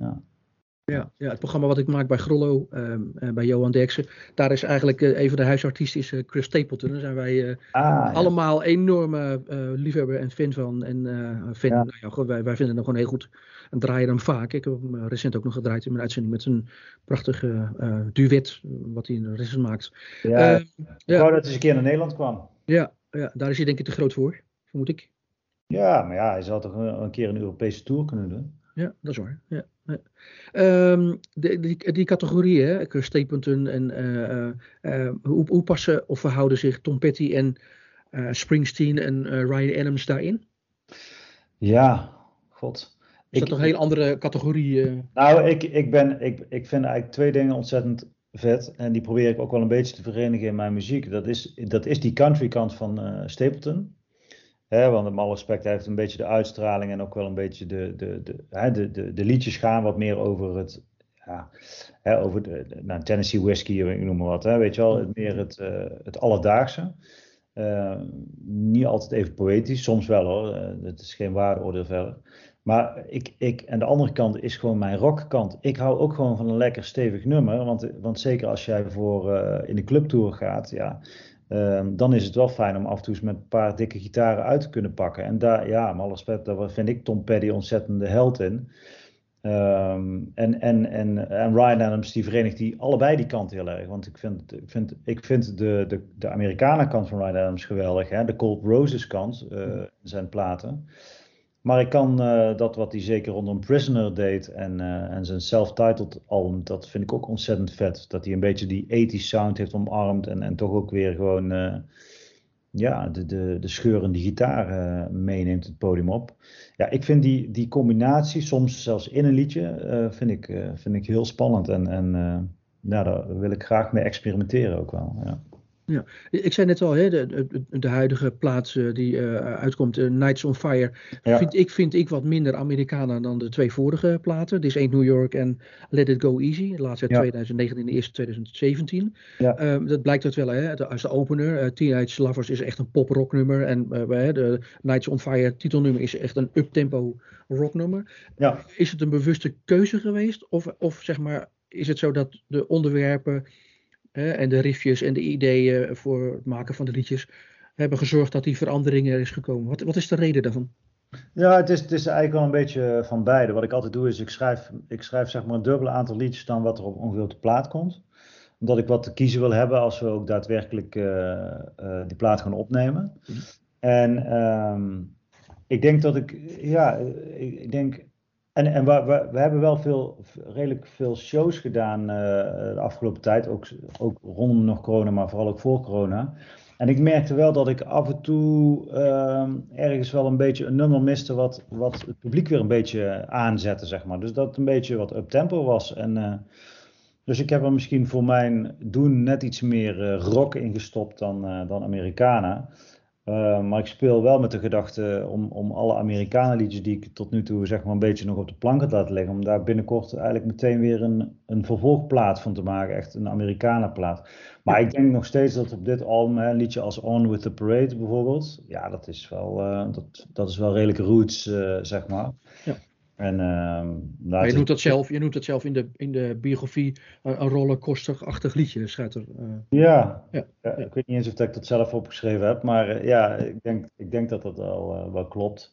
[SPEAKER 3] Ja, het programma wat ik maak bij Grollo, bij Johan Derksen, daar is eigenlijk een van de huisartiesten is Chris Stapleton. Daar zijn wij allemaal enorme liefhebber en fan van. En wij vinden hem gewoon heel goed en draaien hem vaak. Ik heb hem recent ook nog gedraaid in mijn uitzending met een prachtige duet wat hij recent maakt.
[SPEAKER 2] Ik wou dat hij eens een keer naar Nederland kwam.
[SPEAKER 3] Ja, daar is hij denk ik te groot voor, vermoed ik.
[SPEAKER 2] Ja, maar hij zou toch een keer een Europese tour kunnen doen.
[SPEAKER 3] Ja, dat is waar. Ja. Die categorieën, hè, Chris Stapleton en hoe passen of verhouden zich Tom Petty en Springsteen en Ryan Adams daarin?
[SPEAKER 2] Ja, god.
[SPEAKER 3] Is dat toch een hele andere categorie?
[SPEAKER 2] Nou, ik vind eigenlijk twee dingen ontzettend vet. En die probeer ik ook wel een beetje te verenigen in mijn muziek. Dat is die country kant van Stapleton. Want met alle respect, hij heeft een beetje de uitstraling en ook wel een beetje de liedjes gaan wat meer over het, over Tennessee Whiskey, ik noem maar wat, weet je wel, meer het alledaagse. Niet altijd even poëtisch, soms wel hoor, het is geen waardeoordeel verder. Maar en de andere kant is gewoon mijn rockkant. Ik hou ook gewoon van een lekker stevig nummer, want zeker als jij in de clubtour gaat, dan is het wel fijn om af en toe eens met een paar dikke gitaren uit te kunnen pakken. En daar, met alle respect, daar vind ik Tom Petty ontzettend de held in. En Ryan Adams, die verenigt allebei die kant heel erg. Want ik vind de Amerikanen-kant van Ryan Adams geweldig. Hè? De Cold Roses kant, zijn platen. Maar ik kan dat wat hij zeker rondom Prisoner deed en zijn self-titled album, dat vind ik ook ontzettend vet. Dat hij een beetje die 80s sound heeft omarmd en toch ook weer gewoon de scheurende gitaar meeneemt het podium op. Ja, ik vind die combinatie, soms zelfs in een liedje, vind ik heel spannend. En daar wil ik graag mee experimenteren ook wel, ja.
[SPEAKER 3] Ja, ik zei net al, de huidige plaat die uitkomt, Nights on Fire, vind ik wat minder Americana dan de twee vorige platen. This Ain't New York en Let It Go Easy, de laatste uit 2019 en de eerste 2017. Ja. Dat blijkt uit wel, als de opener. Teenage Lovers is echt een pop-rock nummer en de Nights on Fire titelnummer is echt een uptempo rocknummer. Ja. Is het een bewuste keuze geweest of zeg maar, is het zo dat de onderwerpen en de riffjes en de ideeën voor het maken van de liedjes hebben gezorgd dat die verandering er is gekomen. Wat is de reden daarvan?
[SPEAKER 2] Ja, het is eigenlijk wel een beetje van beide. Wat ik altijd doe is, ik schrijf zeg maar een dubbel aantal liedjes dan wat er ongeveer op de plaat komt. Omdat ik wat te kiezen wil hebben als we ook daadwerkelijk die plaat gaan opnemen. En ik denk dat ik denk... En we hebben wel redelijk veel shows gedaan de afgelopen tijd. Ook rondom nog corona, maar vooral ook voor corona. En ik merkte wel dat ik af en toe ergens wel een beetje een nummer miste wat het publiek weer een beetje aanzette, zeg maar. Dus dat het een beetje wat uptempo was. Dus ik heb er misschien voor mijn doen net iets meer rock ingestopt dan Americana. Maar ik speel wel met de gedachte om alle Americana-liedjes die ik tot nu toe zeg maar een beetje nog op de plank had laten liggen, om daar binnenkort eigenlijk meteen weer een vervolgplaat van te maken, echt een Americana-plaat. Maar ik denk nog steeds dat op dit album, een liedje als On With The Parade bijvoorbeeld, ja, dat is wel, dat is wel redelijk roots, zeg maar.
[SPEAKER 3] Ja.
[SPEAKER 2] En,
[SPEAKER 3] maar je noemt dat zelf in de biografie een rollercoaster-achtig liedje. Schijnt er,
[SPEAKER 2] ja, ik weet niet eens of ik dat zelf opgeschreven heb, maar ja, ik denk dat dat wel klopt.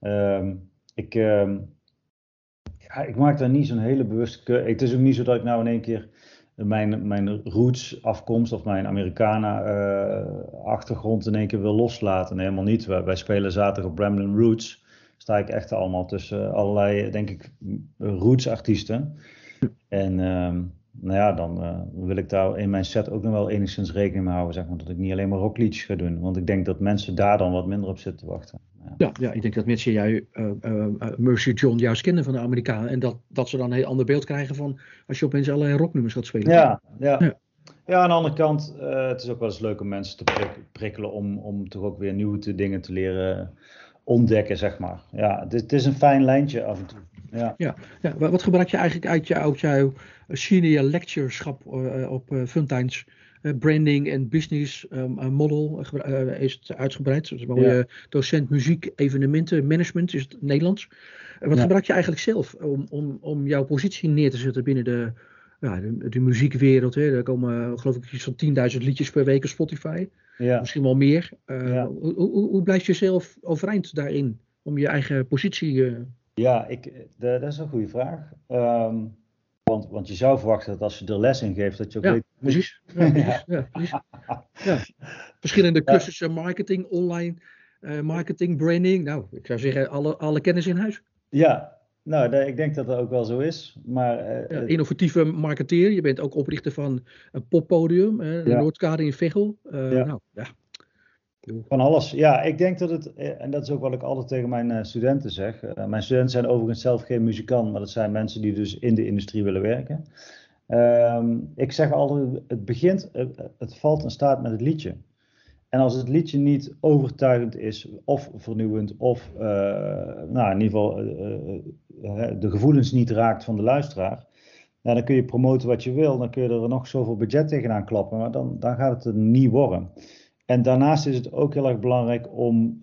[SPEAKER 2] Ik maak daar niet zo'n hele bewuste keuze. Het is ook niet zo dat ik nou in één keer mijn roots afkomst of mijn Americana achtergrond in één keer wil loslaten. Nee, helemaal niet. Wij spelen zaterdag op Bramlin Roots. Sta ik echt allemaal tussen allerlei, denk ik, roots artiesten. En nou ja, dan wil ik daar in mijn set ook nog wel enigszins rekening mee houden, zeg maar, dat ik niet alleen maar rockliedjes ga doen. Want ik denk dat mensen daar dan wat minder op zitten te wachten.
[SPEAKER 3] Ja, ik denk dat mensen Mercy John juist kennen van de Amerikanen. En dat ze dan een heel ander beeld krijgen van als je opeens allerlei rocknummers gaat spelen.
[SPEAKER 2] Ja, aan de andere kant, het is ook wel eens leuk om mensen te prikkelen om toch ook weer nieuwe dingen te leren ontdekken, zeg maar. Ja, het is een fijn lijntje af en toe. Ja.
[SPEAKER 3] Wat gebruik je eigenlijk uit jouw senior lectureship op Funtines? Branding en business model is het uitgebreid. Dus docent muziek, evenementen, management is het Nederlands. Wat gebruik je eigenlijk zelf om jouw positie neer te zetten binnen de muziekwereld? Hè? Er komen geloof ik iets van 10.000 liedjes per week op Spotify. Ja. Misschien wel meer. Hoe blijf je zelf overeind daarin? Om je eigen positie...
[SPEAKER 2] dat is een goede vraag. Want je zou verwachten dat als je er les in geeft, dat je ook weet...
[SPEAKER 3] Precies. Precies. Verschillende cursussen, marketing, online marketing, branding. Nou, ik zou zeggen, alle kennis in huis.
[SPEAKER 2] Ja, nou, ik denk dat dat ook wel zo is. Maar,
[SPEAKER 3] innovatieve marketeer. Je bent ook oprichter van een poppodium, de Noordkade in Veghel.
[SPEAKER 2] Van alles. Ja, ik denk dat het, en dat is ook wat ik altijd tegen mijn studenten zeg. Mijn studenten zijn overigens zelf geen muzikant, maar dat zijn mensen die dus in de industrie willen werken. Ik zeg altijd, het valt en staat met het liedje. En als het liedje niet overtuigend is, of vernieuwend, of in ieder geval de gevoelens niet raakt van de luisteraar, dan kun je promoten wat je wil, dan kun je er nog zoveel budget tegenaan klappen, maar dan gaat het er niet worden. En daarnaast is het ook heel erg belangrijk om,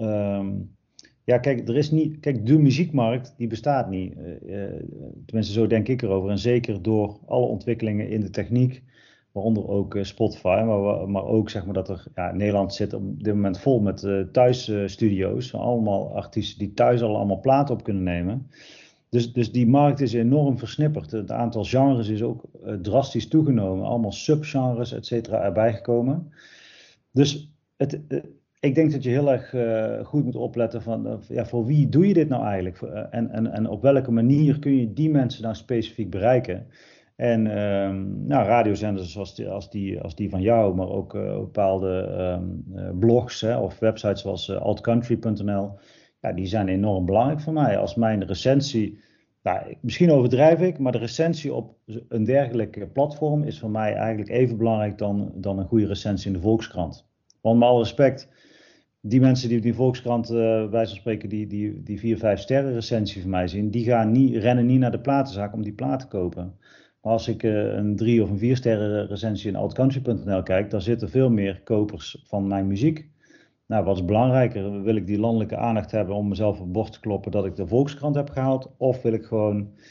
[SPEAKER 2] kijk, de muziekmarkt die bestaat niet. Tenminste, zo denk ik erover. En zeker door alle ontwikkelingen in de techniek, waaronder ook Spotify, maar ook zeg maar dat Nederland zit op dit moment vol met thuisstudio's. Allemaal artiesten die thuis allemaal platen op kunnen nemen. Dus die markt is enorm versnipperd. Het aantal genres is ook drastisch toegenomen. Allemaal subgenres, et cetera, erbij gekomen. Dus ik denk dat je heel erg goed moet opletten van voor wie doe je dit nou eigenlijk? En op welke manier kun je die mensen nou specifiek bereiken? En radiozenders als die van jou, maar ook bepaalde blogs of websites zoals altcountry.nl, die zijn enorm belangrijk voor mij. Als mijn recensie, misschien overdrijf ik, maar de recensie op een dergelijk platform is voor mij eigenlijk even belangrijk dan een goede recensie in de Volkskrant. Want met alle respect, die mensen die op die Volkskrant, wijze van spreken, die 4-5 sterren recensie van mij zien, die rennen niet naar de platenzaak om die plaat te kopen. Maar als ik een 3 of een 4 sterren recensie in altcountry.nl kijk, dan zitten veel meer kopers van mijn muziek. Nou, wat is belangrijker? Wil ik die landelijke aandacht hebben om mezelf op het borst te kloppen dat ik de Volkskrant heb gehaald? Of wil ik gewoon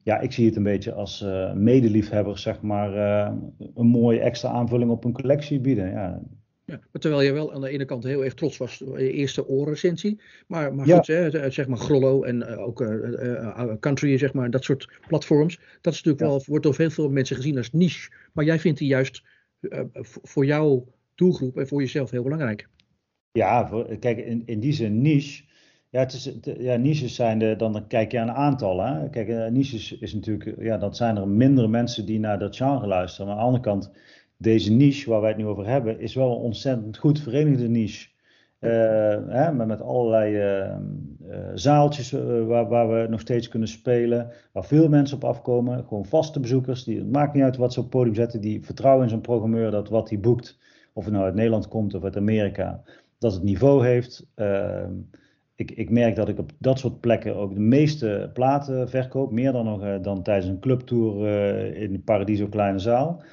[SPEAKER 2] ja, ik zie het een beetje als medeliefhebber, zeg maar, een mooie extra aanvulling op een collectie bieden. Ja.
[SPEAKER 3] Ja, maar terwijl je wel aan de ene kant heel erg trots was op je eerste oorrecensie. Maar
[SPEAKER 2] Ja.
[SPEAKER 3] goed, zeg maar Grollo en ook Country, zeg maar, dat soort platforms. Dat is natuurlijk wel, wordt door heel veel mensen gezien als niche. Maar jij vindt die juist voor jouw doelgroep en voor jezelf heel belangrijk.
[SPEAKER 2] Ja, kijk, in die zin niche. Ja, niches zijn dan kijk je aan aantallen. Hè? Kijk, niches is natuurlijk, ja, dat zijn er minder mensen die naar dat genre luisteren. Maar aan de andere kant, deze niche waar wij het nu over hebben, is wel een ontzettend goed verenigde niche. Maar met allerlei zaaltjes waar we nog steeds kunnen spelen, waar veel mensen op afkomen. Gewoon vaste bezoekers. Het maakt niet uit wat ze op het podium zetten, die vertrouwen in zo'n programmeur dat wat hij boekt, of het nou uit Nederland komt of uit Amerika, dat het niveau heeft. Ik merk dat ik op dat soort plekken ook de meeste platen verkoop. Meer dan tijdens een clubtour in de Paradiso Kleine Zaal.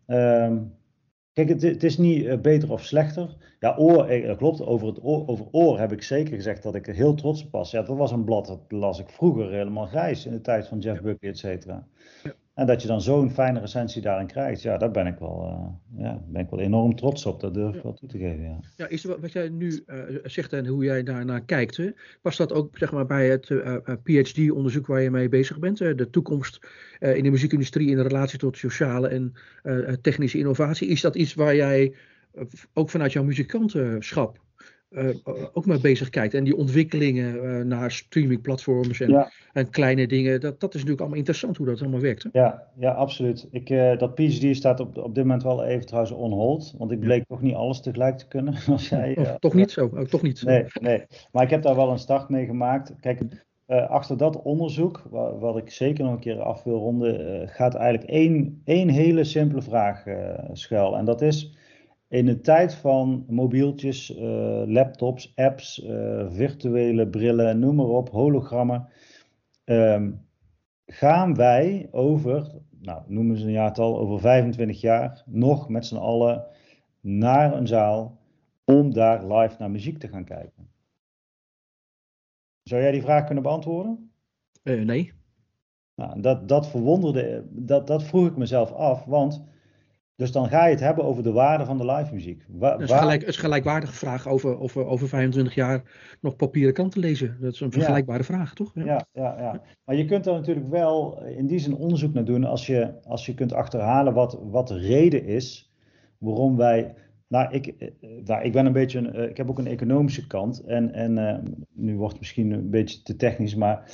[SPEAKER 2] Kijk, het is niet beter of slechter. Ja, dat klopt. Over Oor heb ik zeker gezegd dat ik er heel trots op was. Ja, dat was een blad, dat las ik vroeger helemaal grijs in de tijd van Jeff Buckley, et cetera. Ja. En dat je dan zo'n fijne recensie daarin krijgt, ja, daar ben ik wel enorm trots op. Dat durf ik wel toe te geven. Ja,
[SPEAKER 3] ja, is wat jij nu zegt en hoe jij daarnaar kijkt, hè? Past dat ook, zeg maar, bij het PhD-onderzoek waar je mee bezig bent? De toekomst in de muziekindustrie in relatie tot sociale en technische innovatie. Is dat iets waar jij ook vanuit jouw muzikantschap ook mee bezig kijkt? En die ontwikkelingen naar streamingplatforms en kleine dingen, dat is natuurlijk allemaal interessant hoe dat allemaal werkt. Hè?
[SPEAKER 2] Ja, absoluut. Dat PhD staat op dit moment wel even trouwens on hold, want ik bleek toch niet alles tegelijk te kunnen. Als jij,
[SPEAKER 3] toch niet zo? Toch niet?
[SPEAKER 2] Nee. Maar ik heb daar wel een start mee gemaakt. Kijk, achter dat onderzoek, wat ik zeker nog een keer af wil ronden, gaat eigenlijk één hele simpele vraag schuil. En dat is, in een tijd van mobieltjes, laptops, apps, virtuele brillen, noem maar op, hologrammen, gaan wij noemen ze een jaartal, over 25 jaar nog met z'n allen naar een zaal om daar live naar muziek te gaan kijken? Zou jij die vraag kunnen beantwoorden?
[SPEAKER 3] Nee.
[SPEAKER 2] Nou, dat verwonderde, dat vroeg ik mezelf af, want dus dan ga je het hebben over de waarde van de live muziek.
[SPEAKER 3] Het is een gelijkwaardige vraag over 25 jaar nog papieren kranten lezen. Dat is een vergelijkbare vraag, toch?
[SPEAKER 2] Ja. Maar je kunt er natuurlijk wel in die zin onderzoek naar doen als je kunt achterhalen wat de reden is waarom wij. Ik ben een beetje ik heb ook een economische kant en nu wordt het misschien een beetje te technisch, maar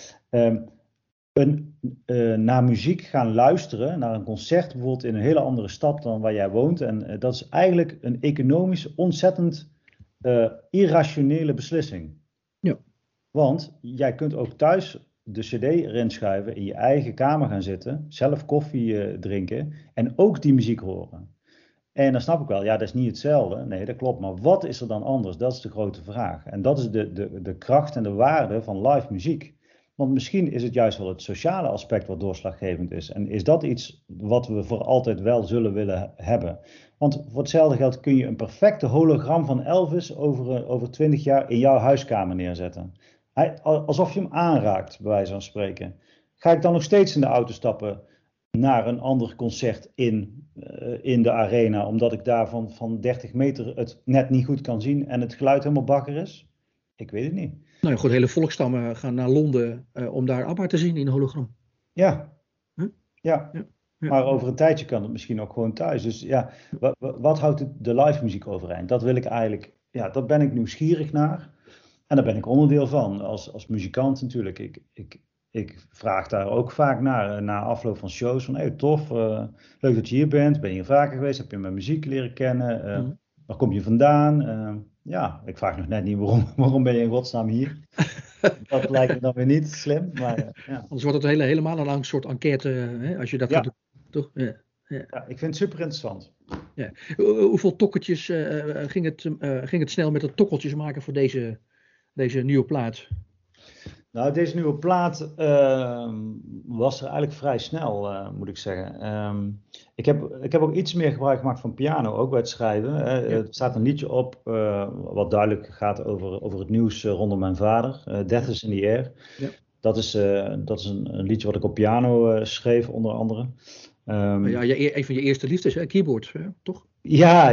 [SPEAKER 2] naar muziek gaan luisteren, naar een concert bijvoorbeeld in een hele andere stad dan waar jij woont. En dat is eigenlijk een economisch ontzettend irrationele beslissing.
[SPEAKER 3] Ja.
[SPEAKER 2] Want jij kunt ook thuis de cd erin schuiven, in je eigen kamer gaan zitten, zelf koffie drinken en ook die muziek horen. En dan snap ik wel, ja, dat is niet hetzelfde. Nee, dat klopt. Maar wat is er dan anders? Dat is de grote vraag. En dat is de kracht en de waarde van live muziek. Want misschien is het juist wel het sociale aspect wat doorslaggevend is. En is dat iets wat we voor altijd wel zullen willen hebben. Want voor hetzelfde geld kun je een perfecte hologram van Elvis over 20 jaar in jouw huiskamer neerzetten. Alsof je hem aanraakt, bij wijze van spreken. Ga ik dan nog steeds in de auto stappen naar een ander concert in de arena, omdat ik daar van 30 meter het net niet goed kan zien en het geluid helemaal bakker is? Ik weet het niet.
[SPEAKER 3] Nou ja, goed, hele volkstammen gaan naar Londen om daar ABBA te zien in hologram.
[SPEAKER 2] Ja. Maar over een tijdje kan het misschien ook gewoon thuis. Dus ja, wat houdt de live muziek overeind? Dat wil ik eigenlijk, daar ben ik nieuwsgierig naar. En daar ben ik onderdeel van, als muzikant natuurlijk. Ik vraag daar ook vaak naar, na afloop van shows, van hey, tof, leuk dat je hier bent. Ben je hier vaker geweest? Heb je mijn muziek leren kennen? Waar kom je vandaan? Ik vraag nog net niet waarom ben je in godsnaam hier? Dat lijkt me dan weer niet slim. Maar,
[SPEAKER 3] Anders wordt het helemaal een soort enquête, als je dat gaat doen, toch? Ja,
[SPEAKER 2] ik vind het super interessant.
[SPEAKER 3] Ja. Hoeveel tokkeltjes ging het snel met het tokkeltjes maken voor deze nieuwe plaat?
[SPEAKER 2] Nou, deze nieuwe plaat was er eigenlijk vrij snel, moet ik zeggen. Ik heb ook iets meer gebruik gemaakt van piano, ook bij het schrijven. Er staat een liedje op wat duidelijk gaat over het nieuws rondom mijn vader. Death is in the Air. Dat is een liedje wat ik op piano schreef, onder andere.
[SPEAKER 3] Een van je eerste liefdes, hè? Keyboard, toch?
[SPEAKER 2] Ja.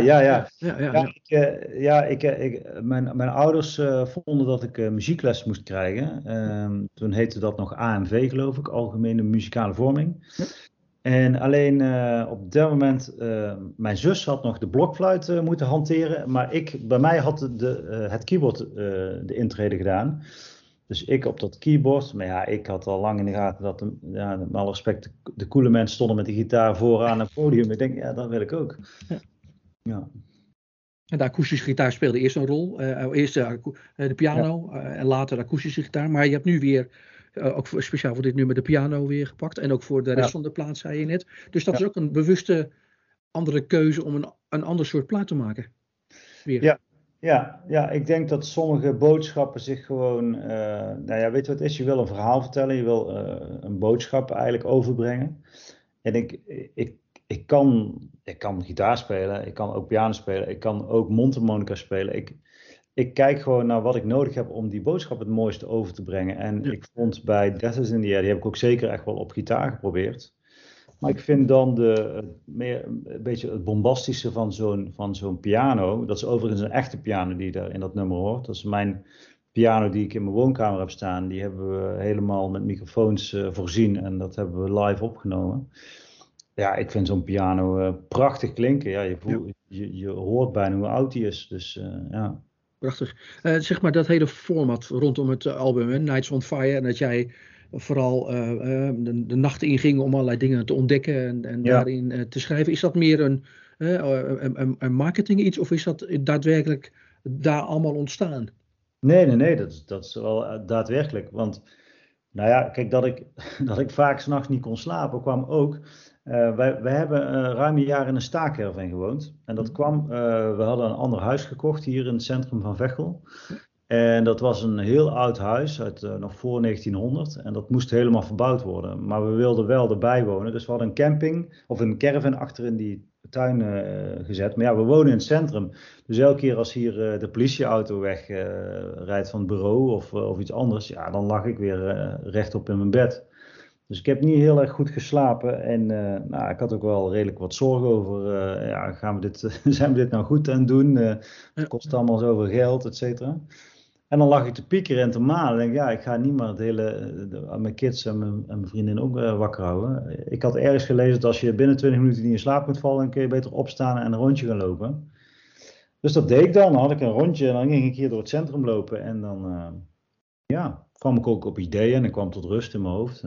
[SPEAKER 2] Mijn ouders vonden dat ik muziekles moest krijgen. Toen heette dat nog AMV, geloof ik, Algemene Muzikale Vorming.
[SPEAKER 3] Ja.
[SPEAKER 2] En alleen op dat moment, mijn zus had nog de blokfluit moeten hanteren, maar bij mij had het keyboard de intrede gedaan. Dus ik op dat keyboard, maar ja, ik had al lang in de gaten dat, met alle respect, de coole mensen stonden met de gitaar vooraan het podium. Ik denk, ja, dat wil ik ook. Ja.
[SPEAKER 3] En de akoestische gitaar speelde eerst een rol. Eerst de piano en later de akoestische gitaar. Maar je hebt nu weer, ook speciaal voor dit nummer, de piano weer gepakt. En ook voor de rest van de plaat, zei je net. Dus dat is ook een bewuste andere keuze om een ander soort plaat te maken. Weer.
[SPEAKER 2] Ja, ik denk dat sommige boodschappen zich gewoon... weet je wat het is? Je wil een verhaal vertellen. Je wil een boodschap eigenlijk overbrengen. En ik kan gitaar spelen, ik kan ook piano spelen, ik kan ook mondharmonica spelen. Ik kijk gewoon naar wat ik nodig heb om die boodschap het mooiste over te brengen. En ik vond bij Death is in the Air, die heb ik ook zeker echt wel op gitaar geprobeerd. Maar ik vind dan een beetje het bombastische van zo'n piano. Dat is overigens een echte piano die daar in dat nummer hoort. Dat is mijn piano die ik in mijn woonkamer heb staan. Die hebben we helemaal met microfoons voorzien en dat hebben we live opgenomen. Ja, ik vind zo'n piano prachtig klinken. Ja, je hoort bijna hoe oud die is. Dus ja.
[SPEAKER 3] Prachtig. Zeg maar dat hele format rondom het album, hè? Nights on Fire. En dat jij vooral de nacht inging om allerlei dingen te ontdekken en daarin te schrijven. Is dat meer een marketing iets of is dat daadwerkelijk daar allemaal ontstaan?
[SPEAKER 2] Nee, dat is wel daadwerkelijk. Want nou ja, kijk, dat ik vaak 's nachts niet kon slapen kwam ook... Wij hebben ruim een jaar in een staakerven gewoond. En dat kwam, we hadden een ander huis gekocht hier in het centrum van Veghel. En dat was een heel oud huis uit nog voor 1900. En dat moest helemaal verbouwd worden. Maar we wilden wel erbij wonen. Dus we hadden een camping of een caravan achter in die tuin gezet. Maar ja, we wonen in het centrum. Dus elke keer als hier de politieauto wegrijdt van het bureau of iets anders. Ja, dan lag ik weer rechtop in mijn bed. Dus ik heb niet heel erg goed geslapen en ik had ook wel redelijk wat zorgen over, zijn we dit nou goed aan het doen? Het kost allemaal zoveel geld, et cetera. En dan lag ik te piekeren en te malen. En denk ik ga niet maar mijn kids en mijn vriendin ook wakker houden. Ik had ergens gelezen dat als je binnen 20 minuten niet in slaap moet vallen, dan kun je beter opstaan en een rondje gaan lopen. Dus dat deed ik dan. Dan had ik een rondje en dan ging ik hier door het centrum lopen en dan, kwam ik ook op ideeën en ik kwam tot rust in mijn hoofd.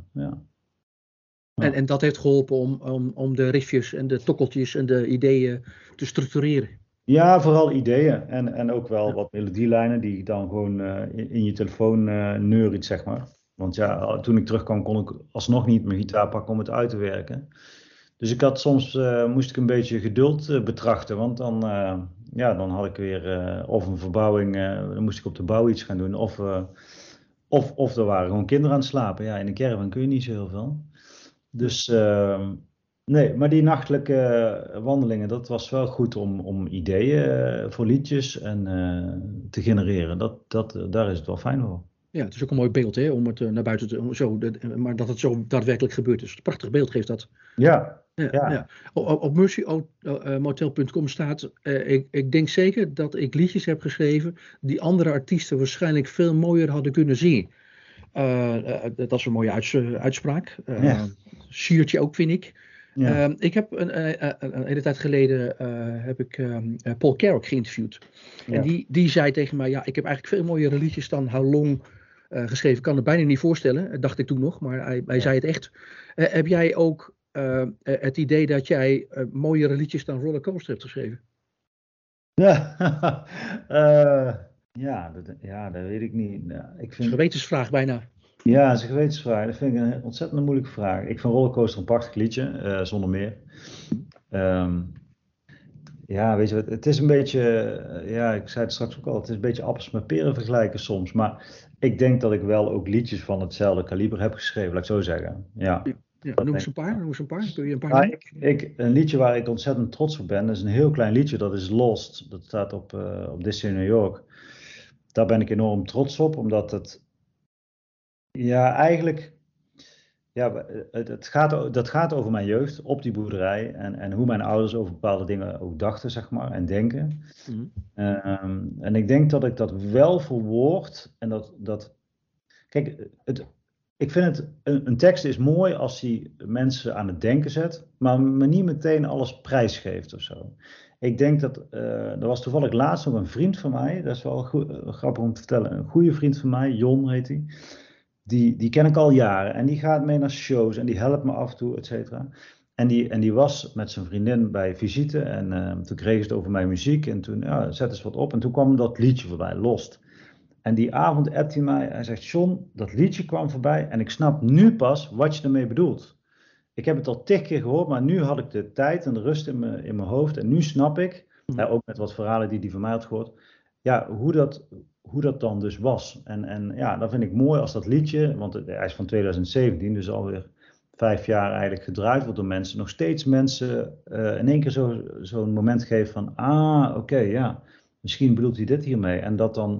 [SPEAKER 3] En dat heeft geholpen om de riffjes en de tokkeltjes en de ideeën te structureren.
[SPEAKER 2] Ja, vooral ideeën en ook wel wat melodielijnen die ik dan gewoon in je telefoon neuriet, zeg maar. Want ja, toen ik terugkwam kon ik alsnog niet mijn gitaar pakken om het uit te werken. Dus ik had soms, moest ik een beetje geduld betrachten, want dan had ik weer of een verbouwing, dan moest ik op de bouw iets gaan doen, of er waren gewoon kinderen aan het slapen. Ja, in een caravan kun je niet zo heel veel. Dus nee, maar die nachtelijke wandelingen, dat was wel goed om ideeën voor liedjes te genereren. Daar is het wel fijn voor.
[SPEAKER 3] Ja, het is ook een mooi beeld, hè, om het naar buiten maar dat het zo daadwerkelijk gebeurt is. Een prachtig beeld geeft dat.
[SPEAKER 2] Ja.
[SPEAKER 3] Op mercymotel.com staat, ik denk zeker dat ik liedjes heb geschreven die andere artiesten waarschijnlijk veel mooier hadden kunnen zingen. Dat is een mooie uitspraak. Siertje ook, vind ik. Ja. Ik heb een hele tijd geleden Paul Carrack geïnterviewd. Ja. En die zei tegen mij, ik heb eigenlijk veel mooiere liedjes dan How Long geschreven. Ik kan het bijna niet voorstellen, dacht ik toen nog, maar hij zei het echt. Heb jij ook het idee dat jij mooiere liedjes dan Rollercoaster hebt geschreven?
[SPEAKER 2] Dat weet ik niet.
[SPEAKER 3] Dat is een gewetensvraag bijna.
[SPEAKER 2] Ja, dat is een gewetensvraag. Dat vind ik een ontzettend moeilijke vraag. Ik vind Rollercoaster een prachtig liedje, zonder meer. Weet je wat, het is een beetje, ik zei het straks ook al, het is een beetje appels met peren vergelijken soms. Maar ik denk dat ik wel ook liedjes van hetzelfde kaliber heb geschreven, laat ik zo zeggen. Ja,
[SPEAKER 3] noem eens een paar. Kun je een paar
[SPEAKER 2] een liedje waar ik ontzettend trots op ben, dat is een heel klein liedje, dat is Lost. Dat staat op Disney New York. Daar ben ik enorm trots op, omdat het Ja, eigenlijk. Ja, dat gaat over mijn jeugd op die boerderij en hoe mijn ouders over bepaalde dingen ook dachten, zeg maar, en denken.
[SPEAKER 3] Mhm.
[SPEAKER 2] En ik denk dat ik dat wel verwoord en kijk, ik vind een tekst is mooi als hij mensen aan het denken zet, maar niet meteen alles prijsgeeft of zo. Ik denk dat, er was toevallig laatst nog een vriend van mij, dat is wel grappig om te vertellen, een goede vriend van mij, Jon heet hij. Die ken ik al jaren en die gaat mee naar shows en die helpt me af en toe, et cetera. En die was met zijn vriendin bij visite en toen kreeg ze het over mijn muziek en toen ja, zette ze wat op en toen kwam dat liedje voorbij, Lost. En die avond appt hij mij, hij zegt, John, dat liedje kwam voorbij en ik snap nu pas wat je ermee bedoelt. Ik heb het al 10 keer gehoord, maar nu had ik de tijd en de rust in mijn hoofd en nu snap ik, ook met wat verhalen die van mij had gehoord, ja, hoe dat dan dus was. En ja, dat vind ik mooi als dat liedje, want hij is van 2017, dus alweer 5 jaar eigenlijk gedraaid wordt door mensen. Nog steeds mensen in één keer zo'n moment geven van, oké, ja, misschien bedoelt hij dit hiermee. En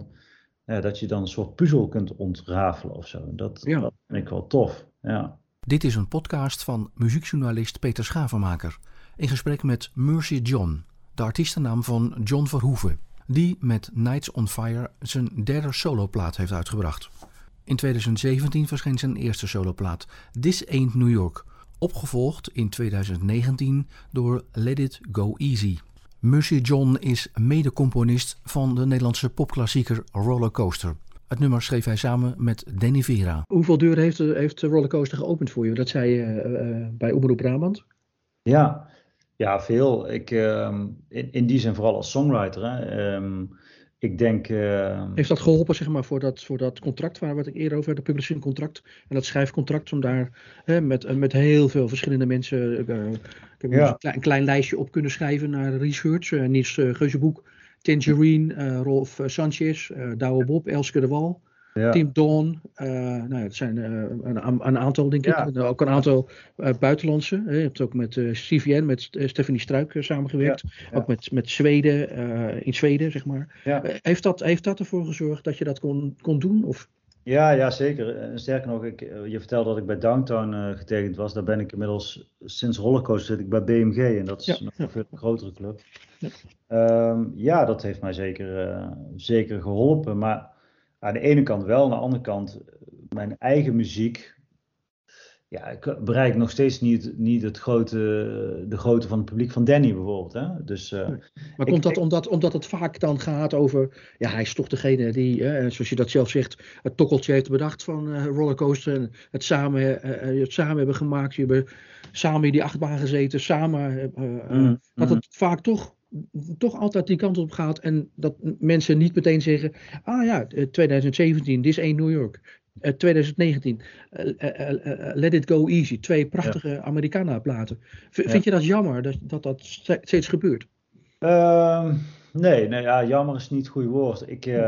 [SPEAKER 2] dat je dan een soort puzzel kunt ontrafelen of zo. Dat vind ik wel tof, ja.
[SPEAKER 1] Dit is een podcast van muziekjournalist Peter Schavenmaker. In gesprek met Mercy John, de artiestennaam van John Verhoeven, die met Nights on Fire zijn derde soloplaat heeft uitgebracht. In 2017 verscheen zijn eerste soloplaat, This Ain't New York, opgevolgd in 2019 door Let It Go Easy. Mercy John is mede-componist van de Nederlandse popklassieker Rollercoaster. Het nummer schreef hij samen met Danny Vera.
[SPEAKER 3] Hoeveel deuren heeft Rollercoaster geopend voor je? Dat zei je bij Omroep Brabant.
[SPEAKER 2] Ja, veel. In die zin vooral als songwriter. Hè. Ik denk...
[SPEAKER 3] Heeft dat geholpen, zeg maar, voor dat contract waar we het eerder over hadden, publishing contract en dat schrijfcontract, om daar met heel veel verschillende mensen ik heb een klein lijstje op kunnen schrijven naar research. Niels Geuzenboek, Tangerine, Rolf Sanchez, Douwe Bob, Elske de Wal. Ja. Tim Dawn, het zijn een aantal, denk ik. Ja. Ook een aantal buitenlandse. Je hebt ook met CVN, met Stephanie Struik samengewerkt. Ja. Ook met Zweden, in Zweden, zeg maar. Ja. Heeft dat ervoor gezorgd dat je dat kon doen? Of?
[SPEAKER 2] Ja, zeker. Sterker nog, je vertelde dat ik bij Downtown getekend was. Daar ben ik inmiddels sinds Rollercoaster zit ik bij BMG. En dat is nog een grotere club. Ja. Dat heeft mij zeker geholpen. Maar aan de ene kant wel, aan de andere kant mijn eigen muziek. Ja, ik bereik nog steeds niet de grootte van het publiek van Danny bijvoorbeeld. Hè? Dus,
[SPEAKER 3] maar komt dat omdat het vaak dan gaat over, ja, hij is toch degene die, zoals je dat zelf zegt, het tokkeltje heeft bedacht van Rollercoaster. En het samen hebben gemaakt, je hebt samen in die achtbaan gezeten, samen. Dat het vaak toch altijd die kant op gaat en dat mensen niet meteen zeggen, 2017, This Ain't New York. 2019, Let It Go Easy. 2 prachtige Americana-platen. Vind je dat jammer dat steeds gebeurt?
[SPEAKER 2] Nee, jammer is niet het goede woord.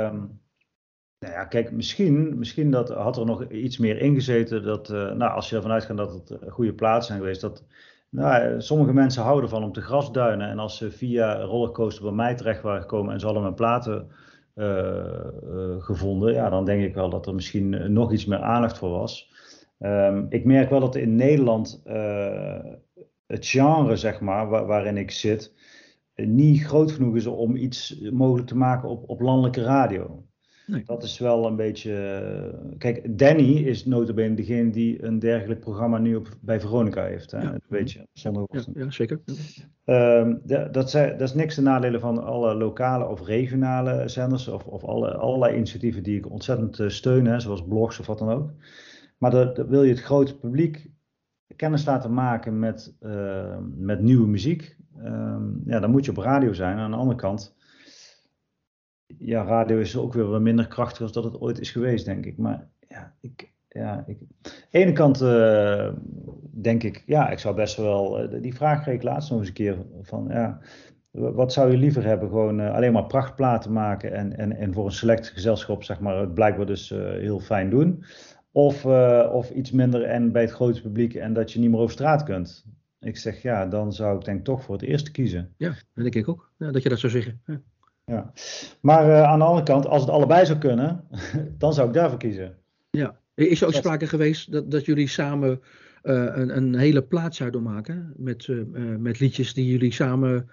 [SPEAKER 2] Kijk, misschien had er nog iets meer ingezeten. Dat, als je ervan uitgaat dat het goede plaatsen zijn geweest. Sommige mensen houden ervan om te grasduinen. En als ze via Rollercoaster bij mij terecht waren gekomen en ze hadden mijn platen gevonden, ja, dan denk ik wel dat er misschien nog iets meer aandacht voor was. Ik merk wel dat in Nederland het genre, zeg maar, waarin ik zit, niet groot genoeg is om iets mogelijk te maken op landelijke radio. Nee. Dat is wel een beetje... Kijk, Danny is nota bene degene die een dergelijk programma nu bij Veronica heeft. Hè? Ja. Weet je, zondagochtend.
[SPEAKER 3] Ja, zeker.
[SPEAKER 2] Dat is niks ten nadele van alle lokale of regionale zenders of allerlei initiatieven die ik ontzettend steun, hè, zoals blogs of wat dan ook. Maar dat wil je het grote publiek kennis laten maken met nieuwe muziek. Dan moet je op radio zijn. Aan de andere kant... Ja, radio is ook weer wat minder krachtig als dat het ooit is geweest, denk ik. Maar aan de ene kant denk ik, ik zou best wel... die vraag kreeg ik laatst nog eens een keer van, wat zou je liever hebben? Gewoon alleen maar prachtplaten maken en voor een select gezelschap, zeg maar, het blijkbaar dus heel fijn doen. Of iets minder en bij het grote publiek en dat je niet meer over straat kunt. Ik zeg, dan zou ik denk toch voor het eerste kiezen.
[SPEAKER 3] Ja, dat denk ik ook. Ja, dat je dat zou zeggen. Ja.
[SPEAKER 2] Ja, maar aan de andere kant, als het allebei zou kunnen, dan zou ik daarvoor kiezen.
[SPEAKER 3] Ja, Is er ook sprake geweest dat jullie samen een hele plaat zouden maken met liedjes die jullie samen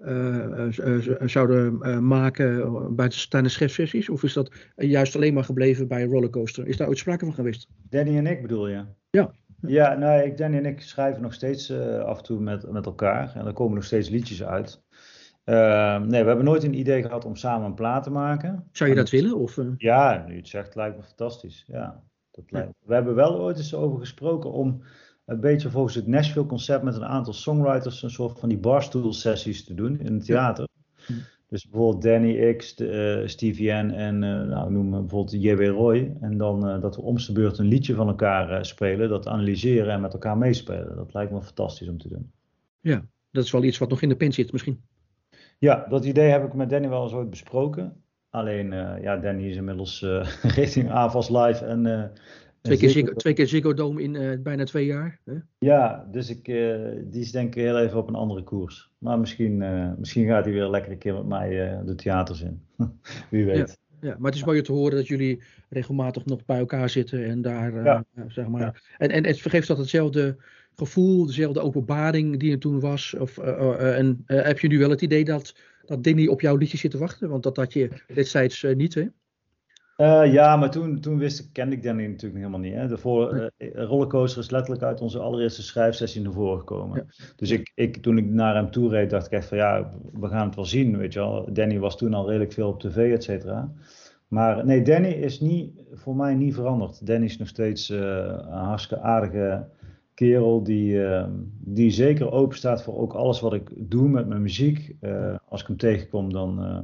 [SPEAKER 3] zouden maken tijdens schrijfsessies? Of is dat juist alleen maar gebleven bij Rollercoaster? Is daar ooit sprake van geweest?
[SPEAKER 2] Danny en ik bedoel je?
[SPEAKER 3] Ja.
[SPEAKER 2] Ja, nee, Danny en ik schrijven nog steeds af en toe met elkaar. En er komen nog steeds liedjes uit. Nee, we hebben nooit een idee gehad om samen een plaat te maken.
[SPEAKER 3] Zou je dat willen? Of,
[SPEAKER 2] Ja, nu je het zegt, lijkt me fantastisch. Ja, We hebben wel ooit eens over gesproken om een beetje volgens het Nashville concept met een aantal songwriters een soort van die barstool sessies te doen in het theater. Ja. Dus bijvoorbeeld Danny X, Stevie N en noem bijvoorbeeld J.W. Roy. En dan dat we om de beurt een liedje van elkaar spelen, dat analyseren en met elkaar meespelen. Dat lijkt me fantastisch om te doen.
[SPEAKER 3] Ja, dat is wel iets wat nog in de pen zit misschien.
[SPEAKER 2] Ja, dat idee heb ik met Danny wel eens ooit besproken. Alleen, Danny is inmiddels richting AVAS Live en...
[SPEAKER 3] Twee keer Ziggo Dome in bijna 2 jaar. Hè?
[SPEAKER 2] Ja, dus die is denk ik heel even op een andere koers. Maar misschien gaat hij weer lekker een keer met mij de theaters in. Wie weet.
[SPEAKER 3] Ja, maar het is mooi te horen dat jullie regelmatig nog bij elkaar zitten en daar, zeg maar. Ja. En het geeft dat hetzelfde gevoel, dezelfde openbaring die er toen was? Heb je nu wel het idee dat Danny op jouw liedje zit te wachten? Want dat had je destijds niet, hè?
[SPEAKER 2] Ja, maar toen kende ik Danny natuurlijk helemaal niet. Hè. Rollercoaster is letterlijk uit onze allereerste schrijfsessie naar voren gekomen. Ja. Dus toen ik naar hem toe reed, dacht ik echt van we gaan het wel zien, weet je wel. Danny was toen al redelijk veel op tv, et cetera. Maar nee, Danny is voor mij niet veranderd. Danny is nog steeds een hartstikke aardige kerel die zeker open staat voor ook alles wat ik doe met mijn muziek. Als ik hem tegenkom,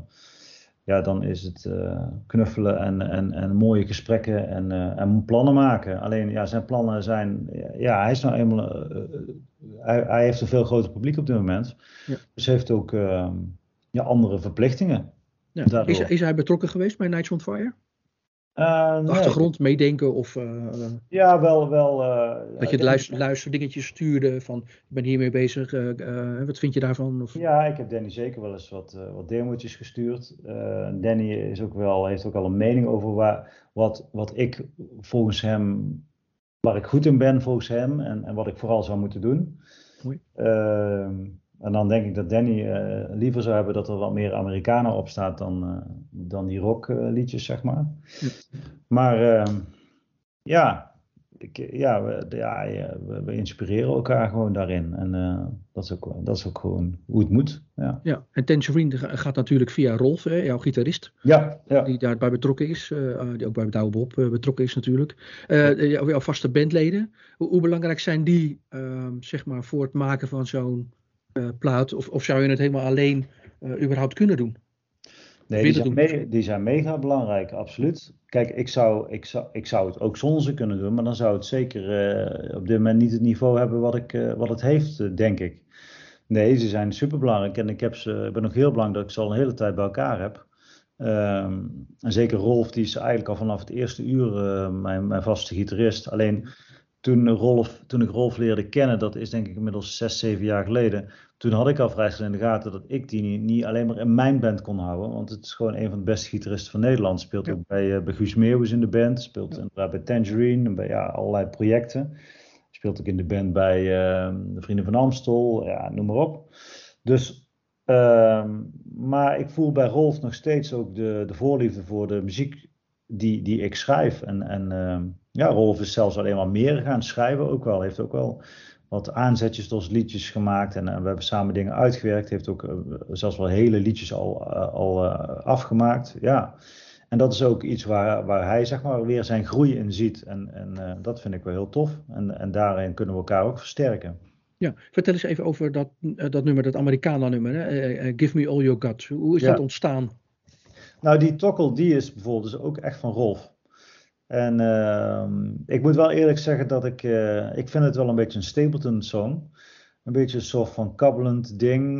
[SPEAKER 2] dan is het knuffelen en mooie gesprekken en plannen maken. Alleen zijn plannen zijn... hij is nou eenmaal... hij heeft een veel groter publiek op dit moment. Ja. Dus heeft ook andere verplichtingen.
[SPEAKER 3] Ja. Is hij betrokken geweest bij Nights on Fire? De achtergrond meedenken of...
[SPEAKER 2] Ja, wel.
[SPEAKER 3] Dat je de luisterdingetjes stuurde van... ik ben hiermee bezig, wat vind je daarvan? Of...
[SPEAKER 2] Ja, ik heb Danny zeker wel eens wat demo's gestuurd. Danny heeft ook wel een mening over wat ik volgens hem... waar ik goed in ben volgens hem en wat ik vooral zou moeten doen. En dan denk ik dat Danny liever zou hebben dat er wat meer Americana op staat dan die rockliedjes, zeg maar. Ja. Maar we inspireren elkaar gewoon daarin. En dat is ook gewoon hoe het moet. Ja,
[SPEAKER 3] en Tangerine gaat natuurlijk via Rolf, jouw gitarist.
[SPEAKER 2] Ja.
[SPEAKER 3] Die daarbij betrokken is. Die ook bij Douwe Bob betrokken is natuurlijk. Jouw vaste bandleden. Hoe belangrijk zijn die zeg maar voor het maken van zo'n plaat? Of zou je het helemaal alleen überhaupt kunnen doen?
[SPEAKER 2] Nee, die zijn mega belangrijk, absoluut. Kijk, ik zou het ook zonder ze kunnen doen, maar dan zou het zeker op dit moment niet het niveau hebben wat het heeft, denk ik. Nee, ze zijn super belangrijk en ik ben nog heel belangrijk dat ik ze al een hele tijd bij elkaar heb. En zeker Rolf, die is eigenlijk al vanaf het eerste uur mijn vaste gitarist. Alleen toen ik Rolf leerde kennen, dat is denk ik inmiddels 6, 7 jaar geleden. Toen had ik al vrij snel in de gaten dat ik die niet alleen maar in mijn band kon houden. Want het is gewoon een van de beste gitaristen van Nederland. Speelt ook bij Guus Meeuwis in de band. Speelt inderdaad bij Tangerine en bij allerlei projecten. Speelt ook in de band bij de Vrienden van Amstel. Ja, noem maar op. Dus, maar ik voel bij Rolf nog steeds ook de voorliefde voor de muziek die ik schrijf. Rolf is zelfs alleen maar meer gaan schrijven ook wel. Heeft ook wel wat aanzetjes tot liedjes gemaakt en we hebben samen dingen uitgewerkt. Heeft ook zelfs wel hele liedjes al afgemaakt. Ja. En dat is ook iets waar hij zeg maar weer zijn groei in ziet. En dat vind ik wel heel tof. En daarin kunnen we elkaar ook versterken.
[SPEAKER 3] Ja, vertel eens even over dat nummer, dat Americana-nummer. Give Me All Your Got. Hoe is dat ontstaan?
[SPEAKER 2] Nou, die tokkel, die is bijvoorbeeld dus ook echt van Rolf. En ik moet wel eerlijk zeggen dat ik vind het wel een beetje een Stapleton song. Een beetje een soort van kabbelend ding.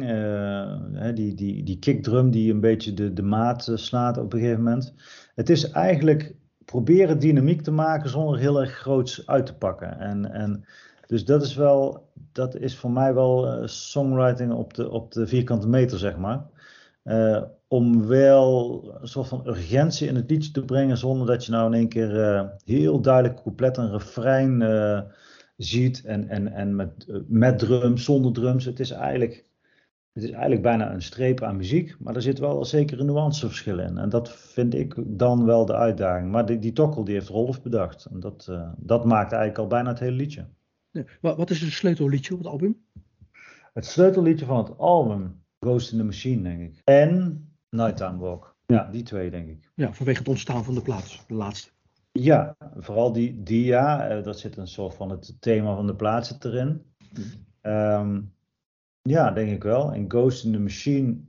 [SPEAKER 2] Die kickdrum die een beetje de maat slaat op een gegeven moment. Het is eigenlijk proberen dynamiek te maken zonder heel erg groots uit te pakken. En dus dat is voor mij wel songwriting op de vierkante meter, zeg maar. om wel een soort van urgentie in het liedje te brengen, zonder dat je nou in één keer heel duidelijk couplet en refrein ziet en met drums, zonder drums. Het is eigenlijk bijna een streep aan muziek, maar er zit wel zeker een nuanceverschil in. En dat vind ik dan wel de uitdaging. Maar die tokkel die heeft Rolf bedacht. En dat maakt eigenlijk al bijna het hele liedje.
[SPEAKER 3] Ja. Wat is het sleutelliedje op het album?
[SPEAKER 2] Het sleutelliedje van het album, Ghost in the Machine, denk ik. En Nighttime Walk. Ja, die twee, denk ik.
[SPEAKER 3] Ja, vanwege het ontstaan van de plaat, de laatste.
[SPEAKER 2] Ja, vooral die dat zit een soort van het thema van de plaat zit erin. Ja, denk ik wel. En Ghost in the Machine,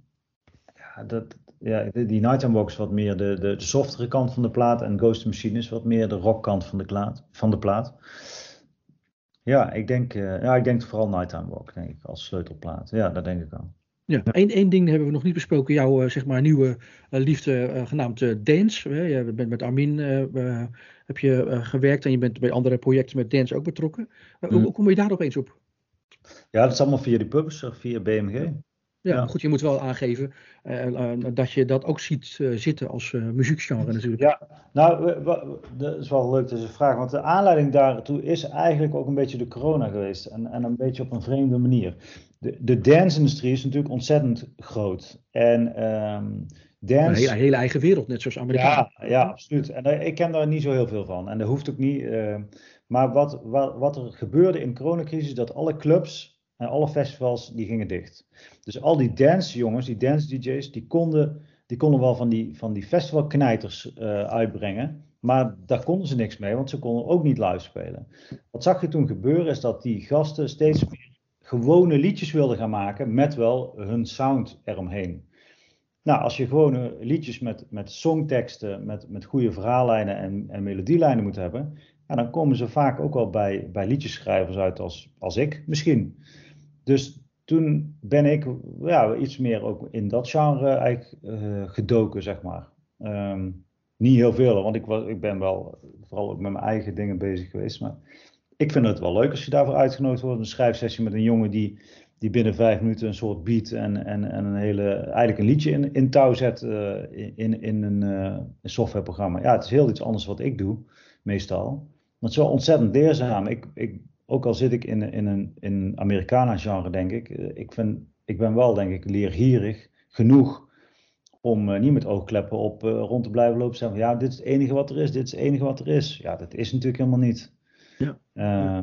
[SPEAKER 2] die Nighttime Walk is wat meer de softere kant van de plaat. En Ghost in the Machine is wat meer de rockkant van de plaat. Ja, ik denk vooral Nighttime Walk, denk ik, als sleutelplaat. Ja, dat denk ik wel.
[SPEAKER 3] Ja, één ding hebben we nog niet besproken. Jouw zeg maar nieuwe liefde genaamd dance. Je bent met Armin heb je gewerkt en je bent bij andere projecten met dance ook betrokken. Hoe kom je daar opeens op?
[SPEAKER 2] Ja, dat is allemaal via die publisher, via BMG.
[SPEAKER 3] Ja, maar goed, je moet wel aangeven dat je dat ook ziet zitten als muziekgenre natuurlijk.
[SPEAKER 2] Ja, nou, dat is wel leuk dat je vraagt, want de aanleiding daartoe is eigenlijk ook een beetje de corona geweest en een beetje op een vreemde manier. De dance-industrie is natuurlijk ontzettend groot en dance...
[SPEAKER 3] Een hele eigen wereld, net zoals Amerikanen.
[SPEAKER 2] Ja, absoluut. En ik ken daar niet zo heel veel van en dat hoeft ook niet. Maar wat er gebeurde in de coronacrisis, dat alle clubs en alle festivals die gingen dicht. Dus al die dancejongens, die dance DJ's, die konden wel van die festivalknijters uitbrengen. Maar daar konden ze niks mee, want ze konden ook niet live spelen. Wat zag je toen gebeuren is dat die gasten steeds meer gewone liedjes wilden gaan maken met wel hun sound eromheen. Nou, als je gewone liedjes met songteksten, met goede verhaallijnen en melodielijnen moet hebben, dan komen ze vaak ook wel bij liedjeschrijvers uit als ik misschien. Dus toen ben ik iets meer ook in dat genre eigenlijk gedoken, zeg maar. Niet heel veel, want ik ben wel vooral ook met mijn eigen dingen bezig geweest. Maar ik vind het wel leuk als je daarvoor uitgenodigd wordt. Een schrijfsessie met een jongen die binnen 5 minuten een soort beat en eigenlijk een liedje in touw zet in een softwareprogramma. Ja, het is heel iets anders wat ik doe, meestal. Maar het is wel ontzettend leerzaam. Ook al zit ik in een Americana-genre, denk ik. Ik ben wel, denk ik, leergierig genoeg om niet met oogkleppen op rond te blijven lopen. Zeggen van, ja, dit is het enige wat er is. Dit is het enige wat er is. Ja, dat is natuurlijk helemaal niet. Ja.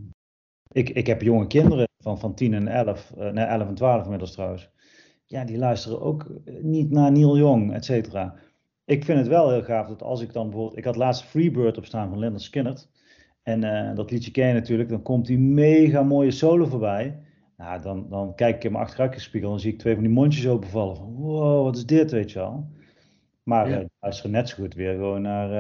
[SPEAKER 2] Ik heb jonge kinderen van 10 en 11. 11 en 12 inmiddels trouwens. Ja, die luisteren ook niet naar Neil Young, et cetera. Ik vind het wel heel gaaf dat als ik dan bijvoorbeeld... Ik had laatst Freebird op staan van Lynyrd Skynyrd. En dat liedje ken je natuurlijk. Dan komt die mega mooie solo voorbij. Nou, dan kijk ik in mijn achteruitspiegel en dan zie ik 2 van die mondjes openvallen. Van, wow, wat is dit, weet je wel. Maar ik luister net zo goed weer gewoon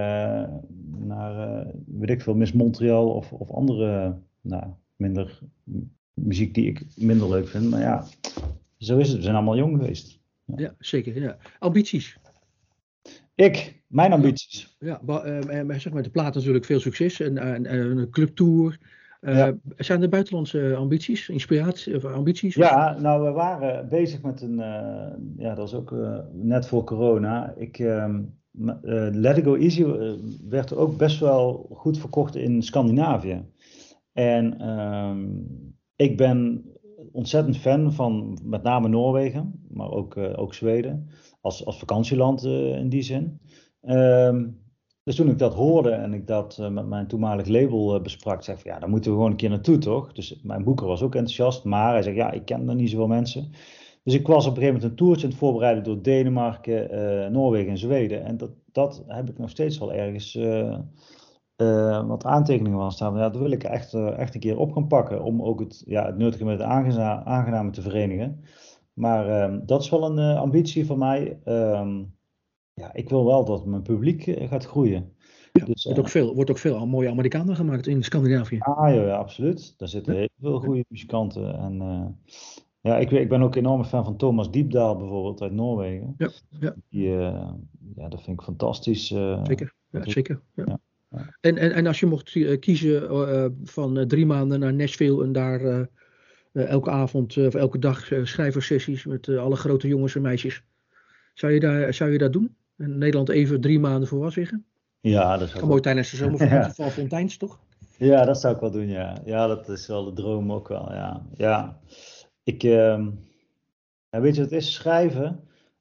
[SPEAKER 2] naar weet ik veel, Miss Montreal of andere, minder muziek die ik minder leuk vind. Maar ja, zo is het. We zijn allemaal jong geweest.
[SPEAKER 3] Ja, zeker. Ja. Ambities?
[SPEAKER 2] Mijn ambities.
[SPEAKER 3] Ja, zeg maar, de plaat natuurlijk veel succes en een clubtour. Zijn er buitenlandse ambities, inspiratie of ambities?
[SPEAKER 2] Ja, nou we waren bezig met dat was ook net voor corona. Let It Go Easy werd ook best wel goed verkocht in Scandinavië. En ik ben ontzettend fan van met name Noorwegen, maar ook Zweden, als vakantieland in die zin. Dus toen ik dat hoorde en ik dat met mijn toenmalig label besprak, zei ik van ja, daar moeten we gewoon een keer naartoe toch? Dus mijn boeker was ook enthousiast, maar hij zegt ja, ik ken er niet zoveel mensen. Dus ik was op een gegeven moment een toertje aan het voorbereiden door Denemarken, Noorwegen en Zweden. En dat heb ik nog steeds wel ergens wat aantekeningen van staan. Ja, dat wil ik echt een keer op gaan pakken om ook het nuttige met het aangename te verenigen. Maar dat is wel een ambitie van mij. Ik wil wel dat mijn publiek gaat groeien.
[SPEAKER 3] Ja, dus, wordt ook veel mooie Amerikanen gemaakt in Scandinavië.
[SPEAKER 2] Ja, absoluut. Daar zitten heel veel goede muzikanten. En ik ben ook een enorme fan van Thomas Diepdaal bijvoorbeeld uit Noorwegen. Ja. Dat vind ik fantastisch.
[SPEAKER 3] Zeker, zeker. Ja. En als je mocht kiezen van 3 maanden naar Nashville en daar elke avond of elke dag schrijversessies met alle grote jongens en meisjes. Zou je dat doen? En Nederland even 3 maanden voor was liggen?
[SPEAKER 2] Ja, dat is
[SPEAKER 3] Kan mooi tijdens de zomervakantie van Fontijns, toch?
[SPEAKER 2] Ja, dat zou ik wel doen, ja. Ja, dat is wel de droom ook wel, ja. Ja, ik, weet je wat het is? Schrijven.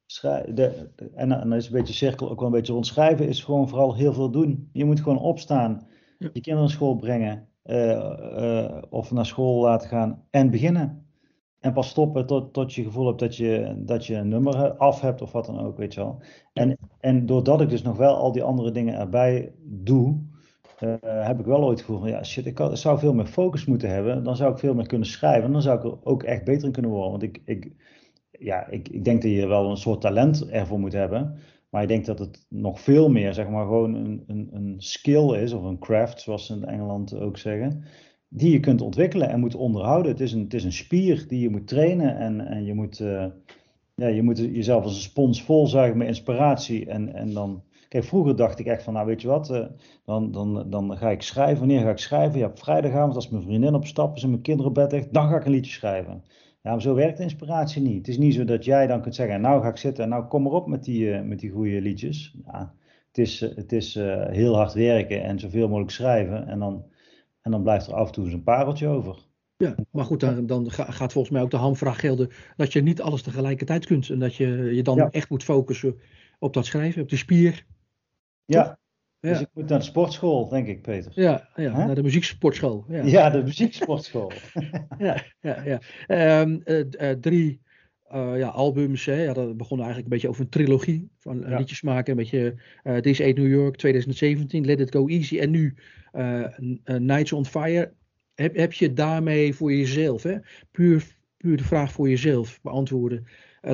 [SPEAKER 2] En dan is een beetje cirkel ook wel een beetje rond. Schrijven is gewoon vooral heel veel doen. Je moet gewoon opstaan,
[SPEAKER 3] Ja.
[SPEAKER 2] je kinderen naar school brengen, of naar school laten gaan en beginnen. En pas stoppen tot je gevoel hebt dat je een nummer af hebt of wat dan ook, weet je wel. En doordat ik dus nog wel al die andere dingen erbij doe, heb ik wel ooit het gevoel van, ja shit, ik zou veel meer focus moeten hebben. Dan zou ik veel meer kunnen schrijven. En dan zou ik er ook echt beter in kunnen worden. Want ik denk dat je wel een soort talent ervoor moet hebben. Maar ik denk dat het nog veel meer, zeg maar, gewoon een skill is, of een craft, zoals ze in Engeland ook zeggen, die je kunt ontwikkelen en moet onderhouden. Het is een spier die je moet trainen en je moet, je moet jezelf als een spons volzuigen met inspiratie. En dan, kijk, vroeger dacht ik echt van, nou weet je wat, dan ga ik schrijven. Wanneer ga ik schrijven? Ja, op vrijdagavond als mijn vriendin op stap is en mijn kinderen op bed ligt, dan ga ik een liedje schrijven. Ja, maar zo werkt de inspiratie niet. Het is niet zo dat jij dan kunt zeggen, nou ga ik zitten en nou kom erop met die goede liedjes. Ja, het is heel hard werken en zoveel mogelijk schrijven en dan blijft er af en toe eens een pareltje over.
[SPEAKER 3] Ja, maar goed, dan gaat volgens mij ook de hamvraag gelden dat je niet alles tegelijkertijd kunt. En dat je dan echt moet focussen op dat schrijven, op de spier.
[SPEAKER 2] Ja, dus ik moet naar de sportschool, denk ik, Peter.
[SPEAKER 3] Ja, naar de muzieksportschool.
[SPEAKER 2] Ja, de muzieksportschool.
[SPEAKER 3] Ja. 3 albums. Hè. Ja, dat begon eigenlijk een beetje over een trilogie van liedjes maken. Een beetje This Ain't New York 2017, Let It Go Easy en nu Nights on Fire. Heb je daarmee voor jezelf, hè, puur de vraag voor jezelf beantwoorden,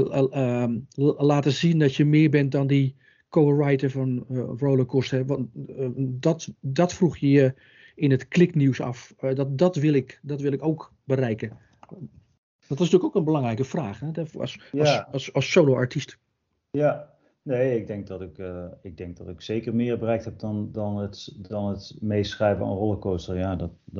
[SPEAKER 3] laten zien dat je meer bent dan die co-writer van Rollercoaster? Want dat vroeg je je in het kliknieuws af. Dat wil ik ook bereiken. Dat is natuurlijk ook een belangrijke vraag, hè, als solo-artiest.
[SPEAKER 2] Ja, nee, ik denk dat ik zeker meer bereikt heb dan het meeschrijven aan Rollercoaster. Ja,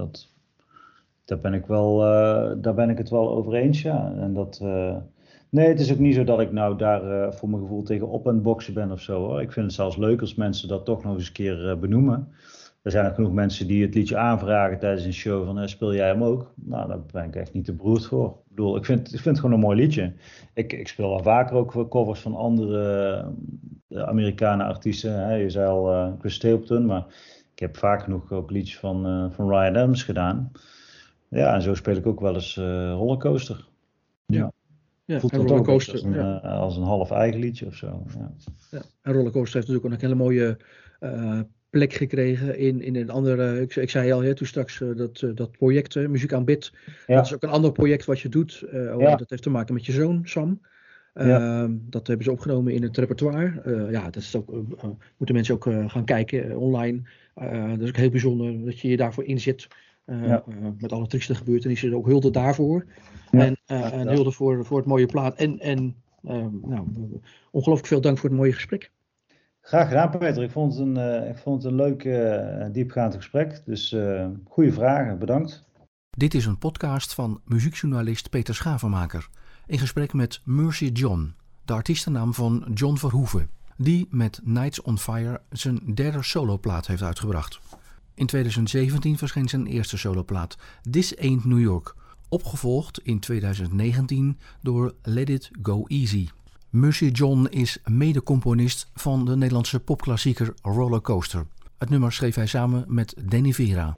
[SPEAKER 2] daar ben ik het wel over eens, ja. En nee, het is ook niet zo dat ik nou daar voor mijn gevoel tegenop aan het boksen ben of zo, hoor. Ik vind het zelfs leuk als mensen dat toch nog eens een keer benoemen. Er zijn ook genoeg mensen die het liedje aanvragen tijdens een show van speel jij hem ook? Nou, daar ben ik echt niet te beroerd voor. Ik bedoel, ik vind het gewoon een mooi liedje. Ik speel al vaker ook covers van andere Amerikanen artiesten. Hè. Je zei al Chris Stapleton, maar ik heb vaak genoeg ook liedjes van Ryan Adams gedaan. Ja, en zo speel ik ook wel eens Rollercoaster.
[SPEAKER 3] Ja.
[SPEAKER 2] Voelt
[SPEAKER 3] en
[SPEAKER 2] Rollercoaster als een half eigen liedje of zo.
[SPEAKER 3] Ja. En Rollercoaster heeft natuurlijk ook een hele mooie plek gekregen in een andere. Ik zei al toen straks dat project Muziek aan Bid. Ja. Dat is ook een ander project wat je doet. Dat heeft te maken met je zoon Sam. Dat hebben ze opgenomen in het repertoire. Dat is ook, moeten mensen ook gaan kijken online. Dat is ook heel bijzonder dat je je daarvoor inzet. Met alle trieste gebeurtenissen. Ook hulde daarvoor. Ja. En hulde voor het mooie plaat. En ongelooflijk veel dank voor het mooie gesprek.
[SPEAKER 2] Graag gedaan, Peter. Ik vond het een leuk, diepgaand gesprek. Dus goede vragen, bedankt.
[SPEAKER 1] Dit is een podcast van muziekjournalist Peter Schavenmaker. In gesprek met Mercy John, de artiestennaam van John Verhoeven, die met Nights on Fire zijn 3e soloplaat heeft uitgebracht. In 2017 verscheen zijn eerste soloplaat, This Ain't New York, opgevolgd in 2019 door Let It Go Easy. Mercy John is mede-componist van de Nederlandse popklassieker Rollercoaster. Het nummer schreef hij samen met Danny Vera.